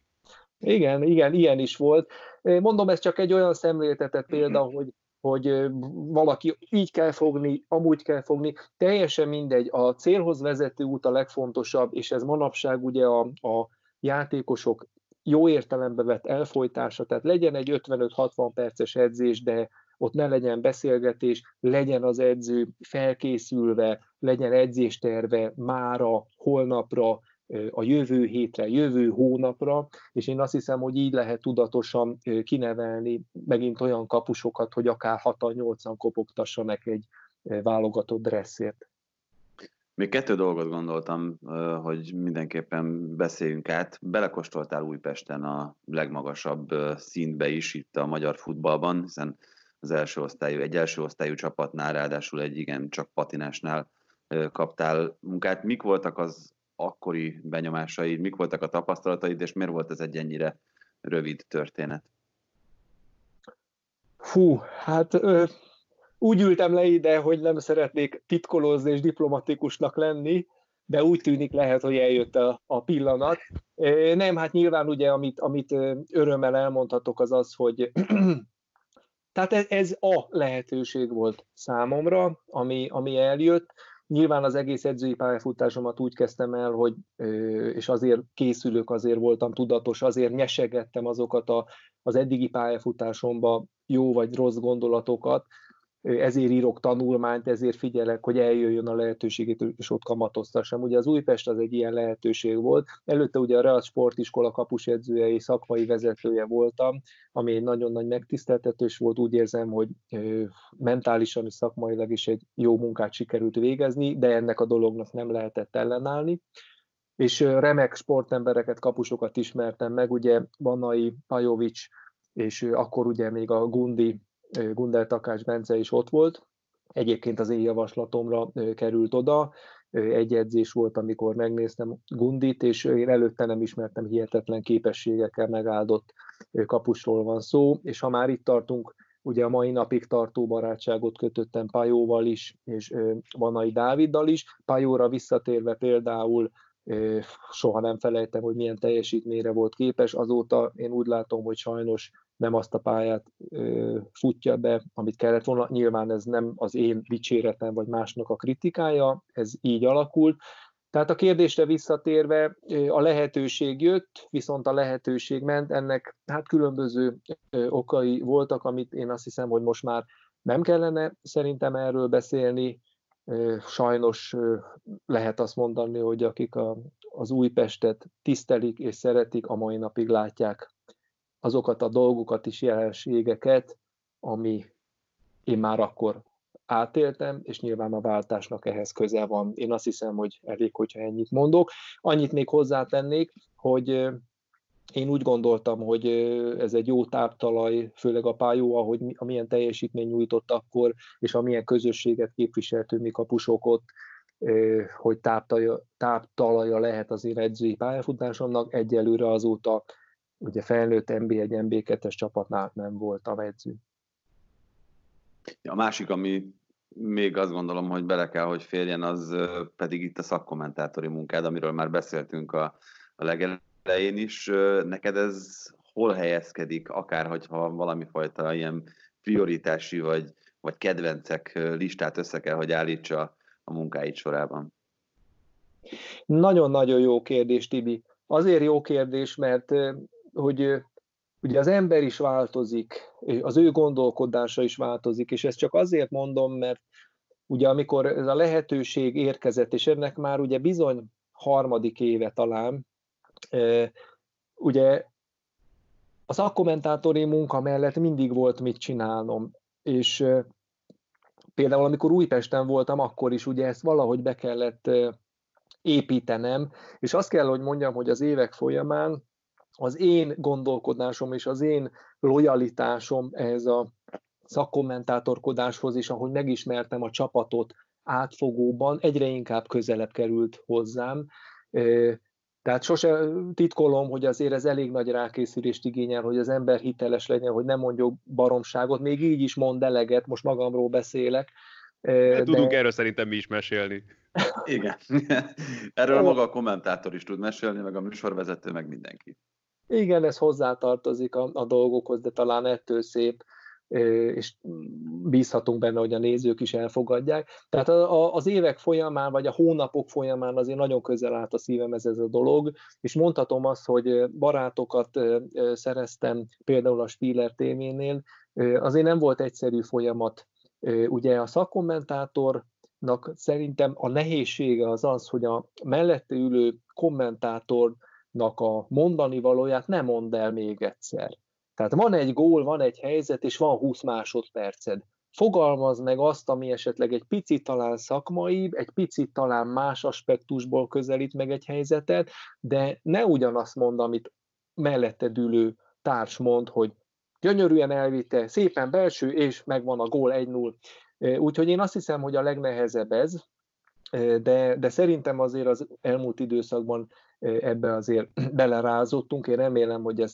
C: Igen, igen, ilyen is volt. Mondom, ez csak egy olyan szemléltetett példa, hogy hogy valaki így kell fogni, amúgy kell fogni, teljesen mindegy, a célhoz vezető út a legfontosabb, és ez manapság ugye a, a játékosok jó értelembe vett elfojtása, tehát legyen egy ötvenöt-hatvan perces edzés, de ott ne legyen beszélgetés, legyen az edző felkészülve, legyen edzésterve mára, holnapra, a jövő hétre, jövő hónapra, és én azt hiszem, hogy így lehet tudatosan kinevelni megint olyan kapusokat, hogy akár hatan-nyolcan kopogtassanak egy válogatott dresszért.
B: Még kettő dolgot gondoltam, hogy mindenképpen beszéljünk át. Belekóstoltál Újpesten a legmagasabb szintbe is itt a magyar futballban, hiszen az első osztályú, egy első osztályú csapatnál, ráadásul egy igen csak patinásnál kaptál munkát. Mik voltak az akkori benyomásaid, mik voltak a tapasztalataid, és miért volt ez egy ennyire rövid történet?
C: Hú, hát ö, úgy ültem le ide, hogy nem szeretnék titkolózni és diplomatikusnak lenni, de úgy tűnik lehet, hogy eljött a, a pillanat. Nem, hát nyilván ugye, amit, amit örömmel elmondhatok, az az, hogy tehát ez, ez a lehetőség volt számomra, ami, ami eljött. Nyilván az egész edzői pályafutásomat úgy kezdtem el, hogy, és azért készülök, azért voltam tudatos, azért nyesegettem azokat a, az eddigi pályafutásomba jó vagy rossz gondolatokat, ezért írok tanulmányt, ezért figyelek, hogy eljöjjön a lehetőségét, és ott kamatoztassam. Ugye az Újpest az egy ilyen lehetőség volt. Előtte ugye a Real Sportiskola kapusedzője és szakmai vezetője voltam, ami egy nagyon nagy megtiszteltetés volt. Úgy érzem, hogy mentálisan és szakmailag is egy jó munkát sikerült végezni, de ennek a dolognak nem lehetett ellenállni. És remek sportembereket, kapusokat ismertem meg, ugye Banai, Pajovics, és akkor ugye még a Gundi, Gundel Takács Bence is ott volt. Egyébként az én javaslatomra került oda. Egy edzés volt, amikor megnéztem Gundit, és én előtte nem ismertem, hihetetlen képességekkel megáldott kapusról van szó. És ha már itt tartunk, ugye a mai napig tartó barátságot kötöttem Pajóval is, és Banai Dáviddal is. Pajóra visszatérve például soha nem felejtem, hogy milyen teljesítményre volt képes. Azóta én úgy látom, hogy sajnos nem azt a pályát ö, futja be, amit kellett volna. Nyilván ez nem az én dicséretem, vagy másnak a kritikája, ez így alakult. Tehát a kérdésre visszatérve, a lehetőség jött, viszont a lehetőség ment, ennek hát különböző ö, okai voltak, amit én azt hiszem, hogy most már nem kellene szerintem erről beszélni. Sajnos lehet azt mondani, hogy akik a, az Újpestet tisztelik és szeretik, a mai napig látják azokat a dolgokat is, jelenségeket, ami én már akkor átéltem, és nyilván a váltásnak ehhez köze van. Én azt hiszem, hogy elég, hogyha ennyit mondok. Annyit még hozzátennék, hogy én úgy gondoltam, hogy ez egy jó táptalaj, főleg a Pályó, ahogy amilyen teljesítmény nyújtott akkor, és amilyen közösséget képviseltünk mi kapusok ott, hogy táptalaja, táptalaja lehet az én edzői pályafutásomnak. Egyelőre azóta ugye felnőtt en bé egy, en bé kettes csapatnál nem voltam edző.
B: A másik, ami még azt gondolom, hogy bele kell, hogy férjen, az pedig itt a szakkommentátori munkád, amiről már beszéltünk a, a legelején is. Neked ez hol helyezkedik, akár hogyha valami fajta ilyen prioritási vagy, vagy kedvencek listát össze kell, hogy állítsa a munkáid sorában?
C: Nagyon-nagyon jó kérdés, Tibi. Azért jó kérdés, mert hogy ugye az ember is változik, az ő gondolkodása is változik, és ezt csak azért mondom, mert ugye amikor ez a lehetőség érkezett, és ennek már ugye bizony harmadik éve talán, ugye a szakkommentátori munka mellett mindig volt mit csinálnom, és például amikor Újpesten voltam, akkor is ugye ezt valahogy be kellett építenem, és azt kell, hogy mondjam, hogy az évek folyamán az én gondolkodásom és az én lojalitásom ehhez a szakkommentátorkodáshoz is, ahogy megismertem a csapatot átfogóban, egyre inkább közelebb került hozzám. Tehát sose titkolom, hogy azért ez elég nagy rákészülést igényel, hogy az ember hiteles legyen, hogy nem mondjuk baromságot, még így is mond eleget, most magamról beszélek.
D: De... Tudunk erről szerintem mi is mesélni.
B: Igen. Erről maga a kommentátor is tud mesélni, meg a műsorvezető, meg mindenki.
C: Igen, ez hozzátartozik a, a dolgokhoz, de talán ettől szép, és bízhatunk benne, hogy a nézők is elfogadják. Tehát az évek folyamán, vagy a hónapok folyamán azért nagyon közel állt a szívemhez ez a dolog, és mondhatom azt, hogy barátokat szereztem például a Spiller té vé-nél, azért nem volt egyszerű folyamat. Ugye a szakkommentátornak szerintem a nehézsége az az, hogy a mellette ülő kommentátornak a mondani valóját nem mondd el még egyszer. Tehát van egy gól, van egy helyzet, és van húsz másodperced. Fogalmazd meg azt, ami esetleg egy picit talán szakmaibb, egy picit talán más aspektusból közelít meg egy helyzetet, de ne ugyanazt mondd, amit melletted ülő társ mond, hogy gyönyörűen elvitte, szépen belső, és megvan a gól egy null. Úgyhogy én azt hiszem, hogy a legnehezebb ez, de, de szerintem azért az elmúlt időszakban ebbe azért belerázottunk. Én remélem, hogy ez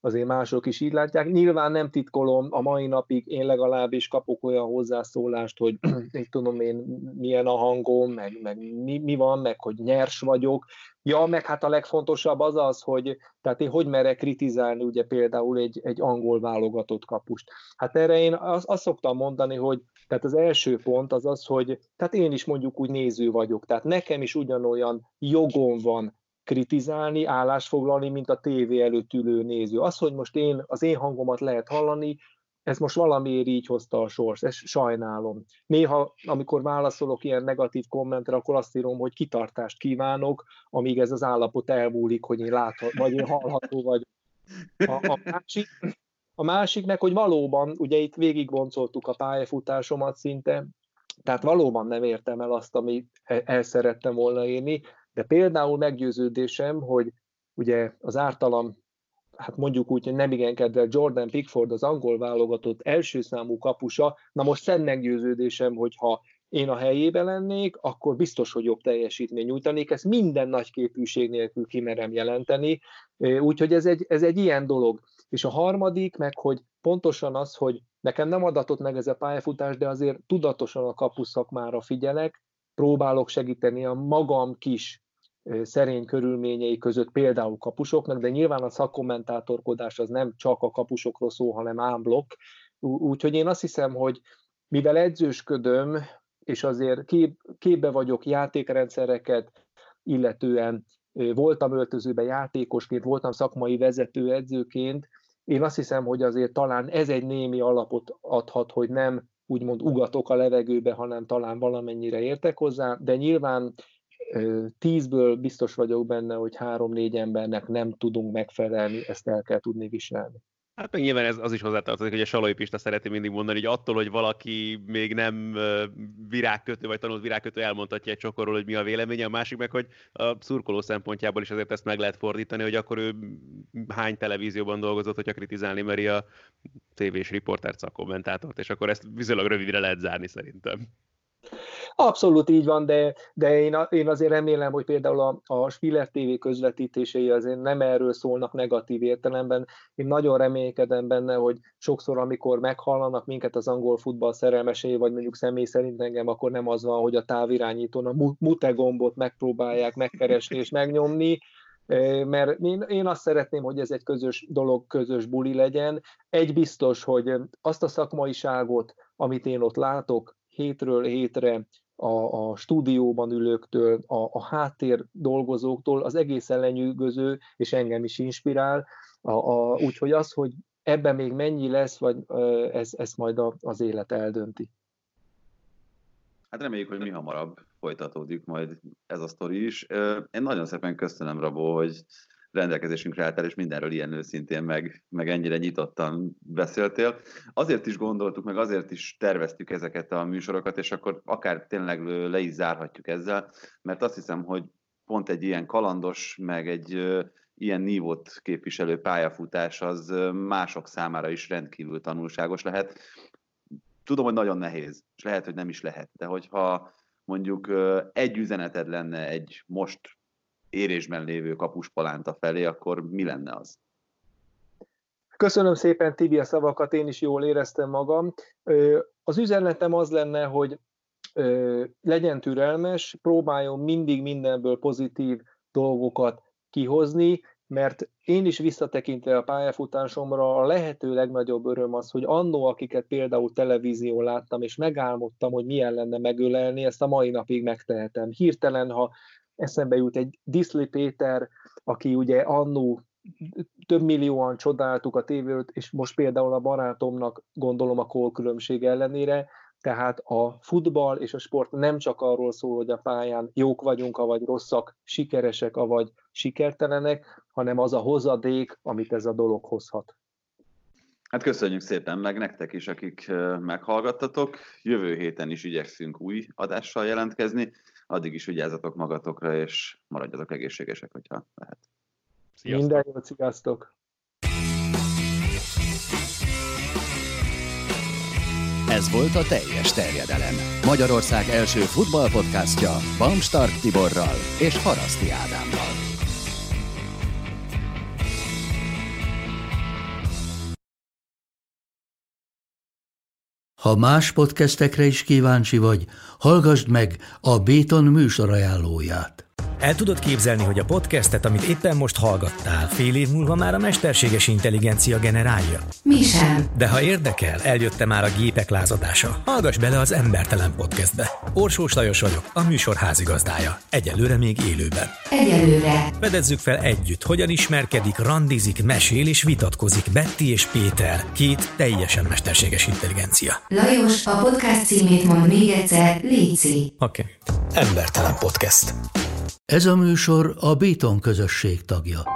C: azért mások is így látják. Nyilván nem titkolom, a mai napig én legalábbis kapok olyan hozzászólást, hogy így tudom én, milyen a hangom, meg, meg mi, mi van, meg hogy nyers vagyok. Ja, meg hát a legfontosabb az az, hogy tehát én hogy merek kritizálni ugye például egy, egy angol válogatott kapust. Hát erre én azt, azt szoktam mondani, hogy tehát az első pont az az, hogy tehát én is mondjuk úgy néző vagyok, tehát nekem is ugyanolyan jogom van kritizálni, állásfoglalni, mint a tévé előtt ülő néző. Az, hogy most én, az én hangomat lehet hallani, ez most valamiért így hozta a sors, ezt sajnálom. Néha, amikor válaszolok ilyen negatív kommentre, akkor azt írom, hogy kitartást kívánok, amíg ez az állapot elmúlik, hogy én látható, vagy én hallható vagyok. A, a, másik, a másik meg, hogy valóban, ugye itt végigboncoltuk a pályafutásomat szinte, tehát valóban nem értem el azt, amit el szerettem volna érni, de például meggyőződésem, hogy ugye az ártalam, hát mondjuk úgy, hogy nem igen kedvelt Jordan Pickford, az angol válogatott első számú kapusa, na most szent meggyőződésem, hogy ha én a helyében lennék, akkor biztos, hogy jobb teljesítmény nyújtanék, ezt minden nagy képűség nélkül kimerem jelenteni, úgyhogy ez egy, ez egy ilyen dolog. És a harmadik meg, hogy pontosan az, hogy nekem nem adatott meg ez a pályafutás, de azért tudatosan a kapuszakmára figyelek, próbálok segíteni a magam kis szerény körülményei között például kapusoknak, de nyilván a szakkommentátorkodás az nem csak a kapusokról szól, hanem ámblokk. Úgyhogy én azt hiszem, hogy mivel edzősködöm, és azért kép, képbe vagyok játékrendszereket, illetően voltam öltözőben játékosként, voltam szakmai vezető edzőként, én azt hiszem, hogy azért talán ez egy némi alapot adhat, hogy nem úgymond ugatok a levegőbe, hanem talán valamennyire értek hozzá, de nyilván tízből biztos vagyok benne, hogy három-négy embernek nem tudunk megfelelni, ezt el kell tudni viselni.
D: Hát meg nyilván ez az is hozzátartozik, hogy a Salai Pista szereti mindig mondani, hogy attól, hogy valaki még nem virágkötő, vagy tanult virágkötő, elmondhatja egy csokorról, hogy mi a véleménye, a másik meg, hogy a szurkoló szempontjából is azért ezt meg lehet fordítani, hogy akkor ő hány televízióban dolgozott, hogyha kritizálni meri a tévés riportert, szakkommentátort, és akkor ezt viszonylag rövidre lehet zárni szerintem.
C: Abszolút így van, de, de én, én azért remélem, hogy például a, a Spiller té vé közvetítései azért nem erről szólnak negatív értelemben. Én nagyon remélkedem benne, hogy sokszor, amikor meghallanak minket az angol futball szerelmesei, vagy mondjuk személy szerint engem, akkor nem az van, hogy a távirányítón a mute gombot megpróbálják megkeresni és megnyomni, mert én, én azt szeretném, hogy ez egy közös dolog, közös buli legyen. Egy biztos, hogy azt a szakmaiságot, amit én ott látok, hétről hétre a, a stúdióban ülőktől, a, a háttér dolgozóktól, az egészen lenyűgöző, és engem is inspirál. A, a, úgyhogy az, hogy ebben még mennyi lesz, vagy ez, ez majd a, az élet eldönti.
B: Hát reméljük, hogy mi hamarabb folytatódik majd ez a sztori is. Én nagyon szépen köszönöm, Rabó, hogy rendelkezésünkre álltál, és mindenről ilyen őszintén, meg, meg ennyire nyitottan beszéltél. Azért is gondoltuk, meg azért is terveztük ezeket a műsorokat, és akkor akár tényleg le is zárhatjuk ezzel, mert azt hiszem, hogy pont egy ilyen kalandos, meg egy uh, ilyen nívót képviselő pályafutás az uh, mások számára is rendkívül tanulságos lehet. Tudom, hogy nagyon nehéz, és lehet, hogy nem is lehet, de hogyha mondjuk uh, egy üzeneted lenne egy most érésben lévő kapuspalánta felé, akkor mi lenne az?
C: Köszönöm szépen, Tibi, a szavakat, én is jól éreztem magam. Az üzenetem az lenne, hogy legyen türelmes, próbáljon mindig mindenből pozitív dolgokat kihozni, mert én is visszatekintve a pályafutásomra a lehető legnagyobb öröm az, hogy annó, akiket például televízión láttam, és megálmodtam, hogy milyen lenne megölelni, ezt a mai napig megtehetem. Hirtelen, ha eszembe jut egy Diszli Péter, aki ugye annó több millióan csodáltuk a tévét, és most például a barátomnak gondolom a kólkülönbség ellenére, tehát a futball és a sport nem csak arról szól, hogy a pályán jók vagyunk, avagy rosszak, sikeresek, avagy sikertelenek, hanem az a hozadék, amit ez a dolog hozhat.
B: Hát köszönjük szépen meg nektek is, akik meghallgattatok. Jövő héten is igyekszünk új adással jelentkezni. Addig is vigyázzatok magatokra, és maradjatok egészségesek, hogyha lehet.
C: Sziasztok. Minden jót, sziasztok!
A: Ez volt a Teljes Terjedelem. Magyarország első futballpodcastja Bamstark Tiborral és Haraszti Ádámmal.
E: Ha más podcastekre is kíváncsi vagy, hallgassd meg a Béton műsor ajánlóját.
F: El tudod képzelni, hogy a podcastet, amit éppen most hallgattál, fél év múlva már a mesterséges intelligencia generálja?
G: Mi sem.
F: De ha érdekel, eljött már a gépek lázadása. Hallgass bele az Embertelen Podcastbe. Orsós Lajos vagyok, a műsor házigazdája. Egyelőre még élőben.
G: Egyelőre.
F: Fedezzük fel együtt, hogyan ismerkedik, randizik, mesél és vitatkozik Betty és Péter, két teljesen mesterséges intelligencia.
G: Lajos, a podcast címét mond még egyszer, léci.
F: Oké. Okay. Embertelen Podcast.
E: Ez a műsor a Béton közösség tagja.